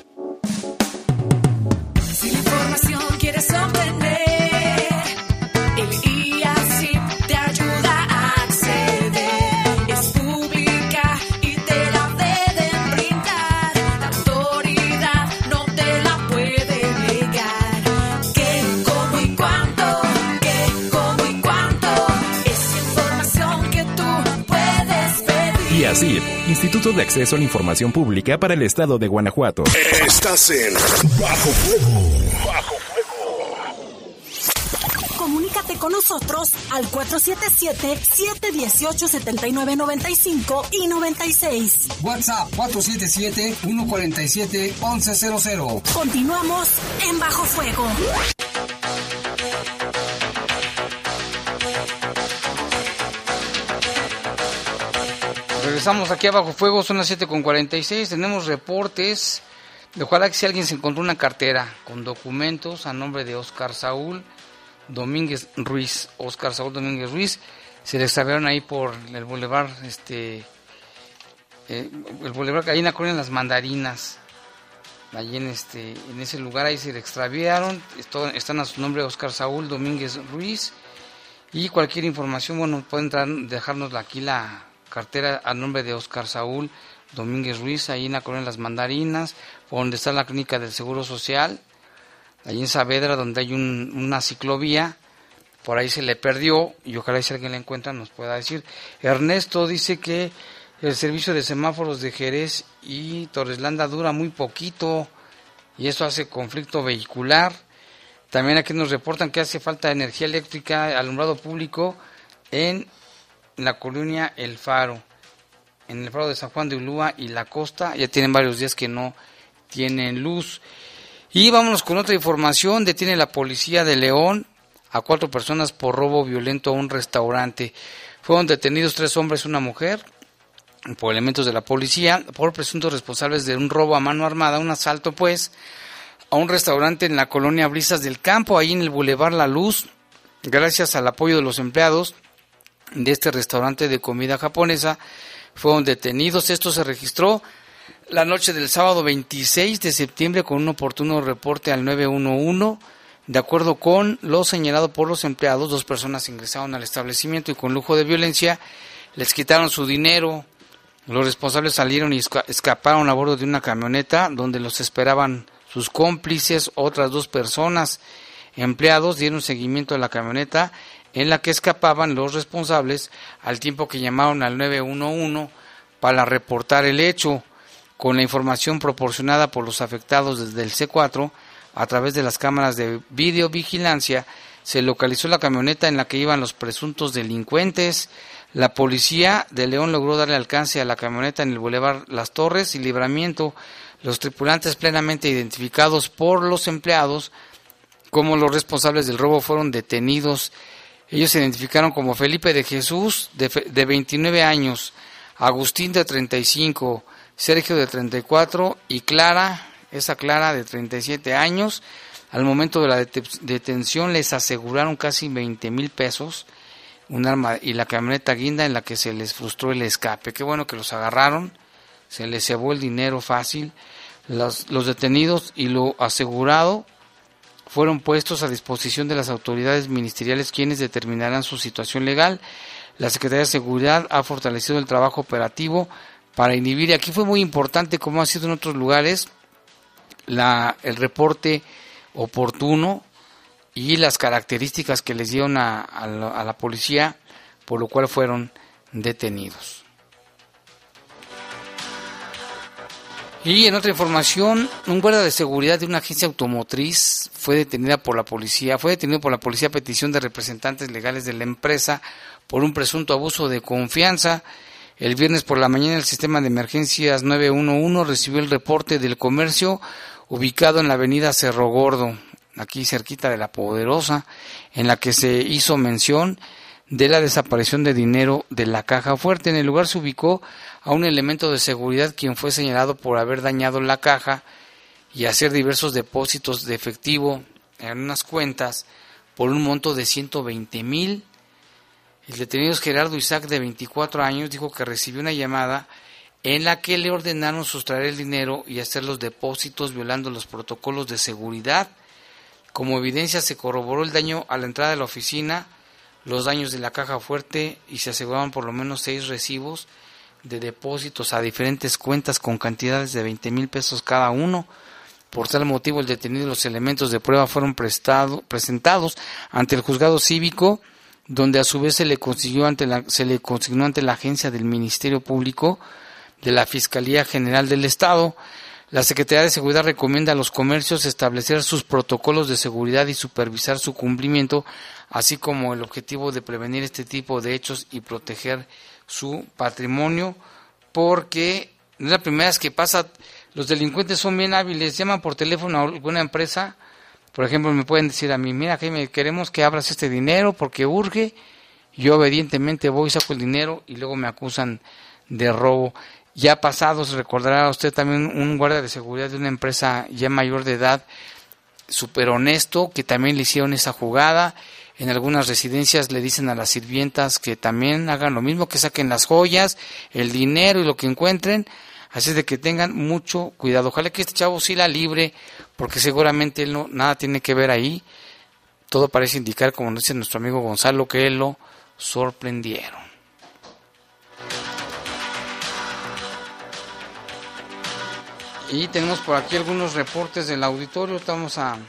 Si la información quieres obtener, el I A C I P te ayuda a acceder. Es pública y te la deben brindar. La autoridad no te la puede negar. ¿Qué, cómo y cuánto? ¿Qué, cómo y cuánto? Es información que tú puedes pedir. I A C I P, Instituto de Acceso a la Información Pública para el Estado de Guanajuato. Estás en Bajo Fuego. Bajo Comunícate con nosotros al cuatro siete siete, siete uno ocho, siete nueve nueve cinco y noventa y seis. WhatsApp cuatro siete siete, uno cuatro siete, once cero cero. Continuamos en Bajo Fuego. Regresamos aquí a Bajo Fuego, son las siete con cuarenta y seis. Tenemos reportes. Ojalá que si alguien se encontró una cartera con documentos a nombre de Óscar Saúl Domínguez Ruiz. Óscar Saúl Domínguez Ruiz. Se le extraviaron ahí por el bulevar, este, eh, el bulevar ahí en la colonia Las Mandarinas. Allí en este, en ese lugar ahí se le extraviaron. Esto, están a su nombre Óscar Saúl Domínguez Ruiz. Y cualquier información, bueno, pueden entrar, dejarnos aquí la cartera a nombre de Óscar Saúl Domínguez Ruiz, ahí en la colonia Las Mandarinas, donde está la clínica del Seguro Social, ahí en Saavedra, donde hay un, una ciclovía, por ahí se le perdió, y ojalá si alguien la encuentra nos pueda decir. Ernesto dice que el servicio de semáforos de Jerez y Torreslanda dura muy poquito, y eso hace conflicto vehicular. También aquí nos reportan que hace falta energía eléctrica, alumbrado público en la colonia El Faro, en el Faro de San Juan de Ulúa y La Costa. Ya tienen varios días que no tienen luz. Y vámonos con otra información. Detiene la policía de León a cuatro personas por robo violento a un restaurante. Fueron detenidos tres hombres y una mujer por elementos de la policía por presuntos responsables de un robo a mano armada, un asalto pues a un restaurante en la colonia Brisas del Campo, ahí en el Boulevard La Luz. Gracias al apoyo de los empleados de este restaurante de comida japonesa, fueron detenidos. Esto se registró la noche del sábado veintiséis de septiembre con un oportuno reporte al nueve uno uno. De acuerdo con lo señalado por los empleados, dos personas ingresaron al establecimiento y con lujo de violencia les quitaron su dinero. Los responsables salieron y esca- escaparon a bordo de una camioneta donde los esperaban sus cómplices, otras dos personas. Empleados dieron seguimiento a la camioneta en la que escapaban los responsables al tiempo que llamaron al nueve uno uno para reportar el hecho. Con la información proporcionada por los afectados desde el C cuatro, a través de las cámaras de videovigilancia, se localizó la camioneta en la que iban los presuntos delincuentes. La policía de León logró darle alcance a la camioneta en el Boulevard Las Torres y Libramiento. Los tripulantes, plenamente identificados por los empleados como los responsables del robo, fueron detenidos. Ellos se identificaron como Felipe de Jesús, de, de veintinueve años, Agustín, de treinta y cinco, Sergio, de treinta y cuatro, y Clara, esa Clara, de treinta y siete años. Al momento de la det- detención les aseguraron casi veinte mil pesos, un arma y la camioneta guinda en la que se les frustró el escape. Qué bueno que los agarraron, se les cebó el dinero fácil. Los, los detenidos y lo asegurado fueron puestos a disposición de las autoridades ministeriales, quienes determinarán su situación legal. La Secretaría de Seguridad ha fortalecido el trabajo operativo para inhibir, y aquí fue muy importante, como ha sido en otros lugares, la, el reporte oportuno y las características que les dieron a, a, la, a la policía, por lo cual fueron detenidos. Y en otra información, un guardia de seguridad de una agencia automotriz fue detenida por la policía, fue detenido por la policía a petición de representantes legales de la empresa por un presunto abuso de confianza. El viernes por la mañana el sistema de emergencias nueve uno uno recibió el reporte del comercio ubicado en la avenida Cerro Gordo, aquí cerquita de La Poderosa, en la que se hizo mención de la desaparición de dinero de la caja fuerte. En el lugar se ubicó a un elemento de seguridad quien fue señalado por haber dañado la caja y hacer diversos depósitos de efectivo en unas cuentas por un monto de ciento veinte mil. El detenido es Gerardo Isaac, de veinticuatro años, dijo que recibió una llamada en la que le ordenaron sustraer el dinero y hacer los depósitos violando los protocolos de seguridad. Como evidencia se corroboró el daño a la entrada de la oficina, los daños de la caja fuerte y se aseguraron por lo menos seis recibos de depósitos a diferentes cuentas con cantidades de veinte mil pesos cada uno. Por tal motivo el detenido y los elementos de prueba fueron prestado, presentados ante el juzgado cívico, donde a su vez se le consiguió ante la, se le consignó ante la agencia del Ministerio Público de la Fiscalía General del Estado. La Secretaría de Seguridad recomienda a los comercios establecer sus protocolos de seguridad y supervisar su cumplimiento, así como el objetivo de prevenir este tipo de hechos y proteger su patrimonio, porque no es la primera vez que pasa. Los delincuentes son bien hábiles, llaman por teléfono a alguna empresa. Por ejemplo, me pueden decir a mí: mira, Jaime, queremos que abras este dinero porque urge. Yo obedientemente voy, saco el dinero y luego me acusan de robo. Ya pasados, recordará usted también un guardia de seguridad de una empresa ya mayor de edad, súper honesto, que también le hicieron esa jugada. En algunas residencias le dicen a las sirvientas que también hagan lo mismo, que saquen las joyas, el dinero y lo que encuentren. Así de que tengan mucho cuidado. Ojalá que este chavo sí la libre, porque seguramente él no nada tiene que ver ahí. Todo parece indicar, como dice nuestro amigo Gonzalo, que él lo sorprendieron. Y tenemos por aquí algunos reportes del auditorio. Vamos a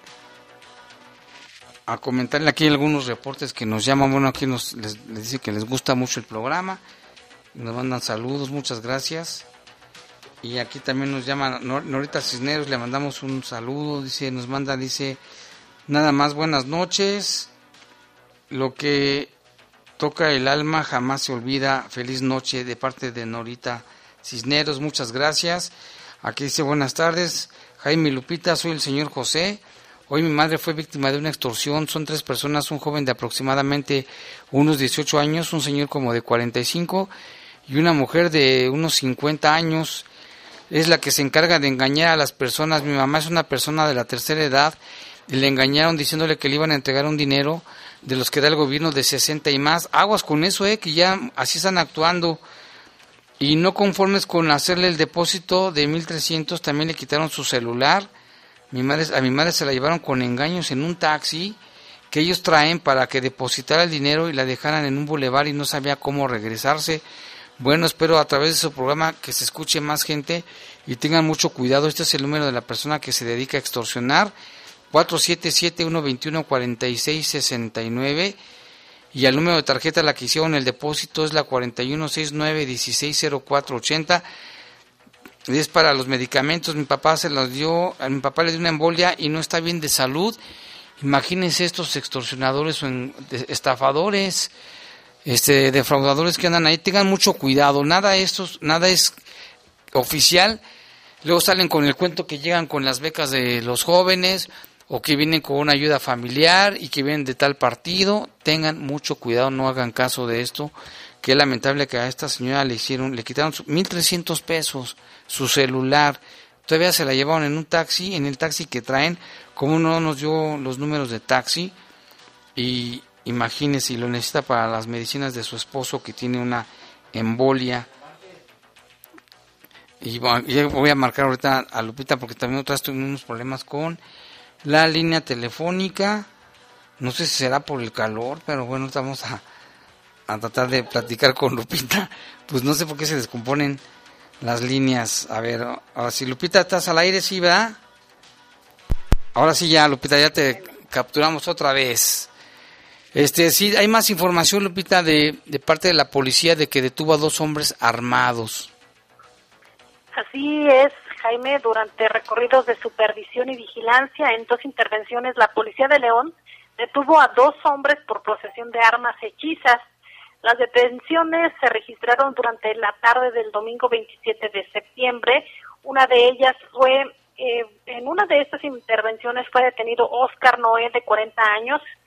a comentarle aquí algunos reportes que nos llaman. Bueno, aquí nos les, les dice que les gusta mucho el programa. Nos mandan saludos, muchas gracias. Y aquí también nos llama Norita Cisneros, le mandamos un saludo, dice, nos manda, dice, nada más buenas noches, lo que toca el alma jamás se olvida, feliz noche de parte de Norita Cisneros, muchas gracias. Aquí dice, buenas tardes, Jaime y Lupita, soy el señor José, hoy mi madre fue víctima de una extorsión, son tres personas, un joven de aproximadamente unos dieciocho años, un señor como de cuarenta y cinco y una mujer de unos cincuenta años. Es la que se encarga de engañar a las personas. Mi mamá es una persona de la tercera edad y le engañaron diciéndole que le iban a entregar un dinero de los que da el gobierno de sesenta y más. Aguas con eso, eh, que ya así están actuando. Y no conformes con hacerle el depósito de mil trescientos, también le quitaron su celular. Mi madre, a mi madre se la llevaron con engaños en un taxi que ellos traen para que depositara el dinero y la dejaran en un bulevar y no sabía cómo regresarse. Bueno, espero a través de su programa que se escuche más gente y tengan mucho cuidado. Este es el número de la persona que se dedica a extorsionar, cuatro siete siete, uno dos uno, cuatro seis seis nueve, y el número de tarjeta a la que hicieron el depósito es la cuatro uno seis nueve, uno seis cero cuatro ocho cero. Es para los medicamentos. Mi papá se los dio, a mi papá le dio una embolia y no está bien de salud. Imagínense estos extorsionadores o estafadores, este defraudadores que andan ahí, tengan mucho cuidado, nada estos, nada es oficial. Luego salen con el cuento que llegan con las becas de los jóvenes o que vienen con una ayuda familiar y que vienen de tal partido. Tengan mucho cuidado, no hagan caso de esto, que es lamentable que a esta señora le hicieron, le quitaron mil trescientos pesos, su celular, todavía se la llevaron en un taxi, en el taxi que traen, como no nos dio los números de taxi, y imagínese, y lo necesita para las medicinas de su esposo que tiene una embolia. Y voy a marcar ahorita a Lupita porque también otras tuvimos unos problemas con la línea telefónica. No sé si será por el calor, pero bueno, vamos a, a tratar de platicar con Lupita. Pues no sé por qué se descomponen las líneas. A ver, ahora sí, Lupita, ¿estás al aire? Sí, ¿verdad? Ahora sí ya, Lupita, ya te capturamos otra vez. Este, sí, hay más información, Lupita, de, de parte de la policía de que detuvo a dos hombres armados. Así es, Jaime, durante recorridos de supervisión y vigilancia en dos intervenciones, la Policía de León detuvo a dos hombres por posesión de armas hechizas. Las detenciones se registraron durante la tarde del domingo veintisiete de septiembre. Una de ellas fue, eh, en una de estas intervenciones fue detenido Oscar Noé, de cuarenta años,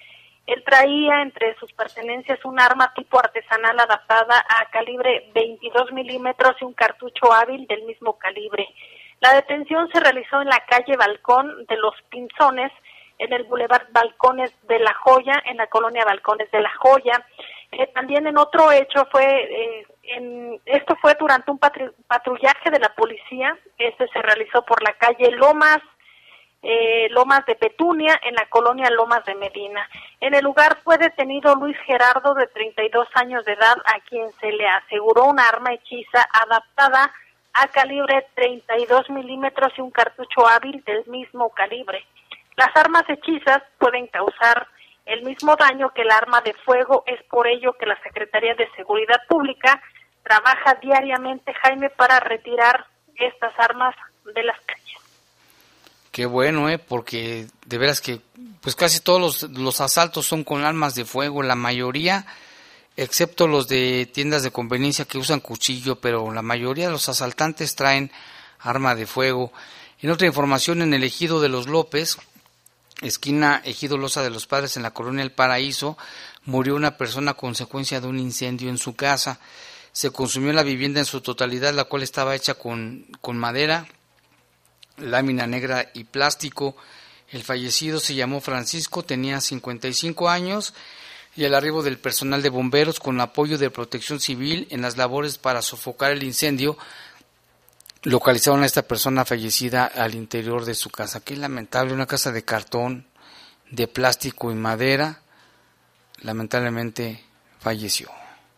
Él traía entre sus pertenencias un arma tipo artesanal adaptada a calibre veintidós milímetros y un cartucho hábil del mismo calibre. La detención se realizó en la calle Balcón de los Pinzones, en el Boulevard Balcones de La Joya, en la colonia Balcones de La Joya. Eh, también en otro hecho fue, eh, en, esto fue durante un patru- patrullaje de la policía. Este se realizó por la calle Lomas, Eh, Lomas de Petunia, en la colonia Lomas de Medina. En el lugar fue detenido Luis Gerardo, de treinta y dos años de edad, a quien se le aseguró un arma hechiza adaptada a calibre treinta y dos milímetros y un cartucho hábil del mismo calibre. Las armas hechizas pueden causar el mismo daño que el arma de fuego, es por ello que la Secretaría de Seguridad Pública trabaja diariamente, Jaime, para retirar estas armas de las calles. Qué bueno, ¿eh? Porque de veras que pues casi todos los, los asaltos son con armas de fuego, la mayoría, excepto los de tiendas de conveniencia que usan cuchillo, pero la mayoría de los asaltantes traen arma de fuego. En otra información, en el Ejido de los López, esquina Ejido Loza de los Padres, en la colonia El Paraíso, murió una persona a consecuencia de un incendio en su casa. Se consumió la vivienda en su totalidad, la cual estaba hecha con, con madera, lámina negra y plástico. El fallecido se llamó Francisco, tenía cincuenta y cinco años, y al arribo del personal de bomberos con apoyo de Protección Civil en las labores para sofocar el incendio, localizaron a esta persona fallecida al interior de su casa. Qué lamentable, una casa de cartón, de plástico y madera, lamentablemente falleció.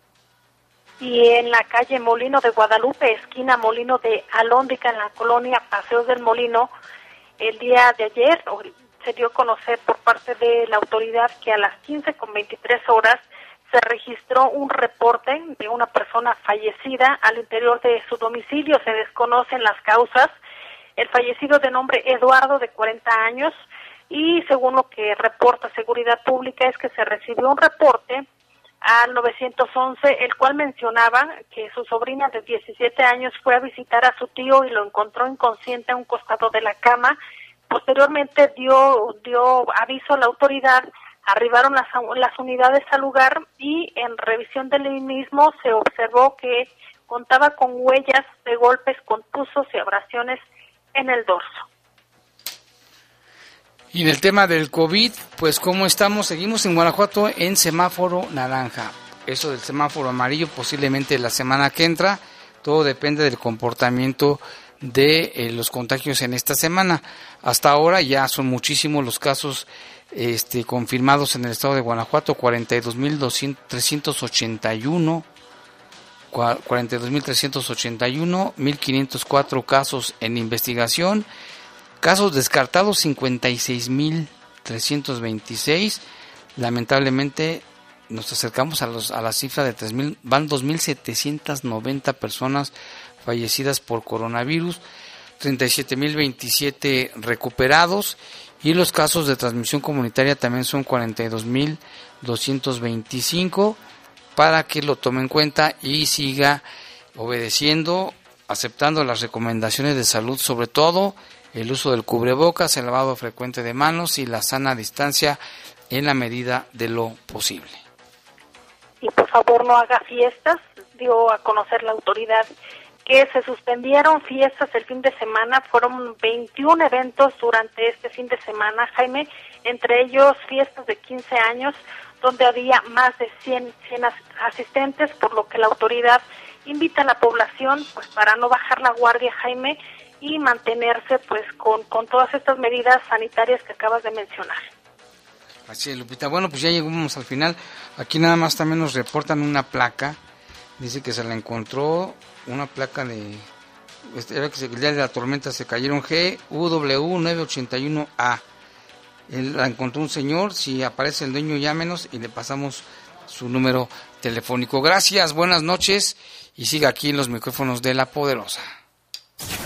Y en la calle Molino de Guadalupe, esquina Molino de Alhóndiga, en la colonia Paseos del Molino, el día de ayer se dio a conocer por parte de la autoridad que a las quince con veintitrés horas se registró un reporte de una persona fallecida al interior de su domicilio. Se desconocen las causas. El fallecido, de nombre Eduardo, de cuarenta años, y según lo que reporta Seguridad Pública es que se recibió un reporte al nueve once, el cual mencionaba que su sobrina de diecisiete años fue a visitar a su tío y lo encontró inconsciente a un costado de la cama. Posteriormente dio dio aviso a la autoridad, arribaron las, las unidades al lugar y en revisión del mismo se observó que contaba con huellas de golpes, contusos y abrasiones en el dorso. Y en el tema del COVID, pues ¿cómo estamos? Seguimos en Guanajuato en semáforo naranja. Eso del semáforo amarillo posiblemente la semana que entra. Todo depende del comportamiento de eh, los contagios en esta semana. Hasta ahora ya son muchísimos los casos este, confirmados en el estado de Guanajuato, cuarenta y dos mil trescientos ochenta y uno, cuarenta y dos mil trescientos ochenta y uno, mil quinientos cuatro casos en investigación. Casos descartados cincuenta y seis mil trescientos veintiséis. Lamentablemente nos acercamos a, los, a la cifra de tres mil, van dos mil setecientos noventa personas fallecidas por coronavirus, treinta y siete mil veintisiete recuperados, y los casos de transmisión comunitaria también son cuarenta y dos mil doscientos veinticinco, para que lo tome en cuenta y siga obedeciendo, aceptando las recomendaciones de salud, sobre todo el uso del cubrebocas, el lavado frecuente de manos y la sana distancia en la medida de lo posible. Y por favor no haga fiestas. Dio a conocer la autoridad que se suspendieron fiestas el fin de semana. Fueron veintiún eventos durante este fin de semana, Jaime, entre ellos fiestas de quince años, donde había más de cien, cien asistentes, por lo que la autoridad invita a la población pues para no bajar la guardia, Jaime, y mantenerse pues con, con todas estas medidas sanitarias que acabas de mencionar. Así es, Lupita. Bueno, pues ya llegamos al final. Aquí nada más también nos reportan una placa. Dice que se la encontró, una placa de... Este, era que el día de la tormenta se cayeron G U W nueve ochenta y uno A. Él la encontró un señor. Si aparece el dueño, llámenos y le pasamos su número telefónico. Gracias, buenas noches y siga aquí en los micrófonos de La Poderosa.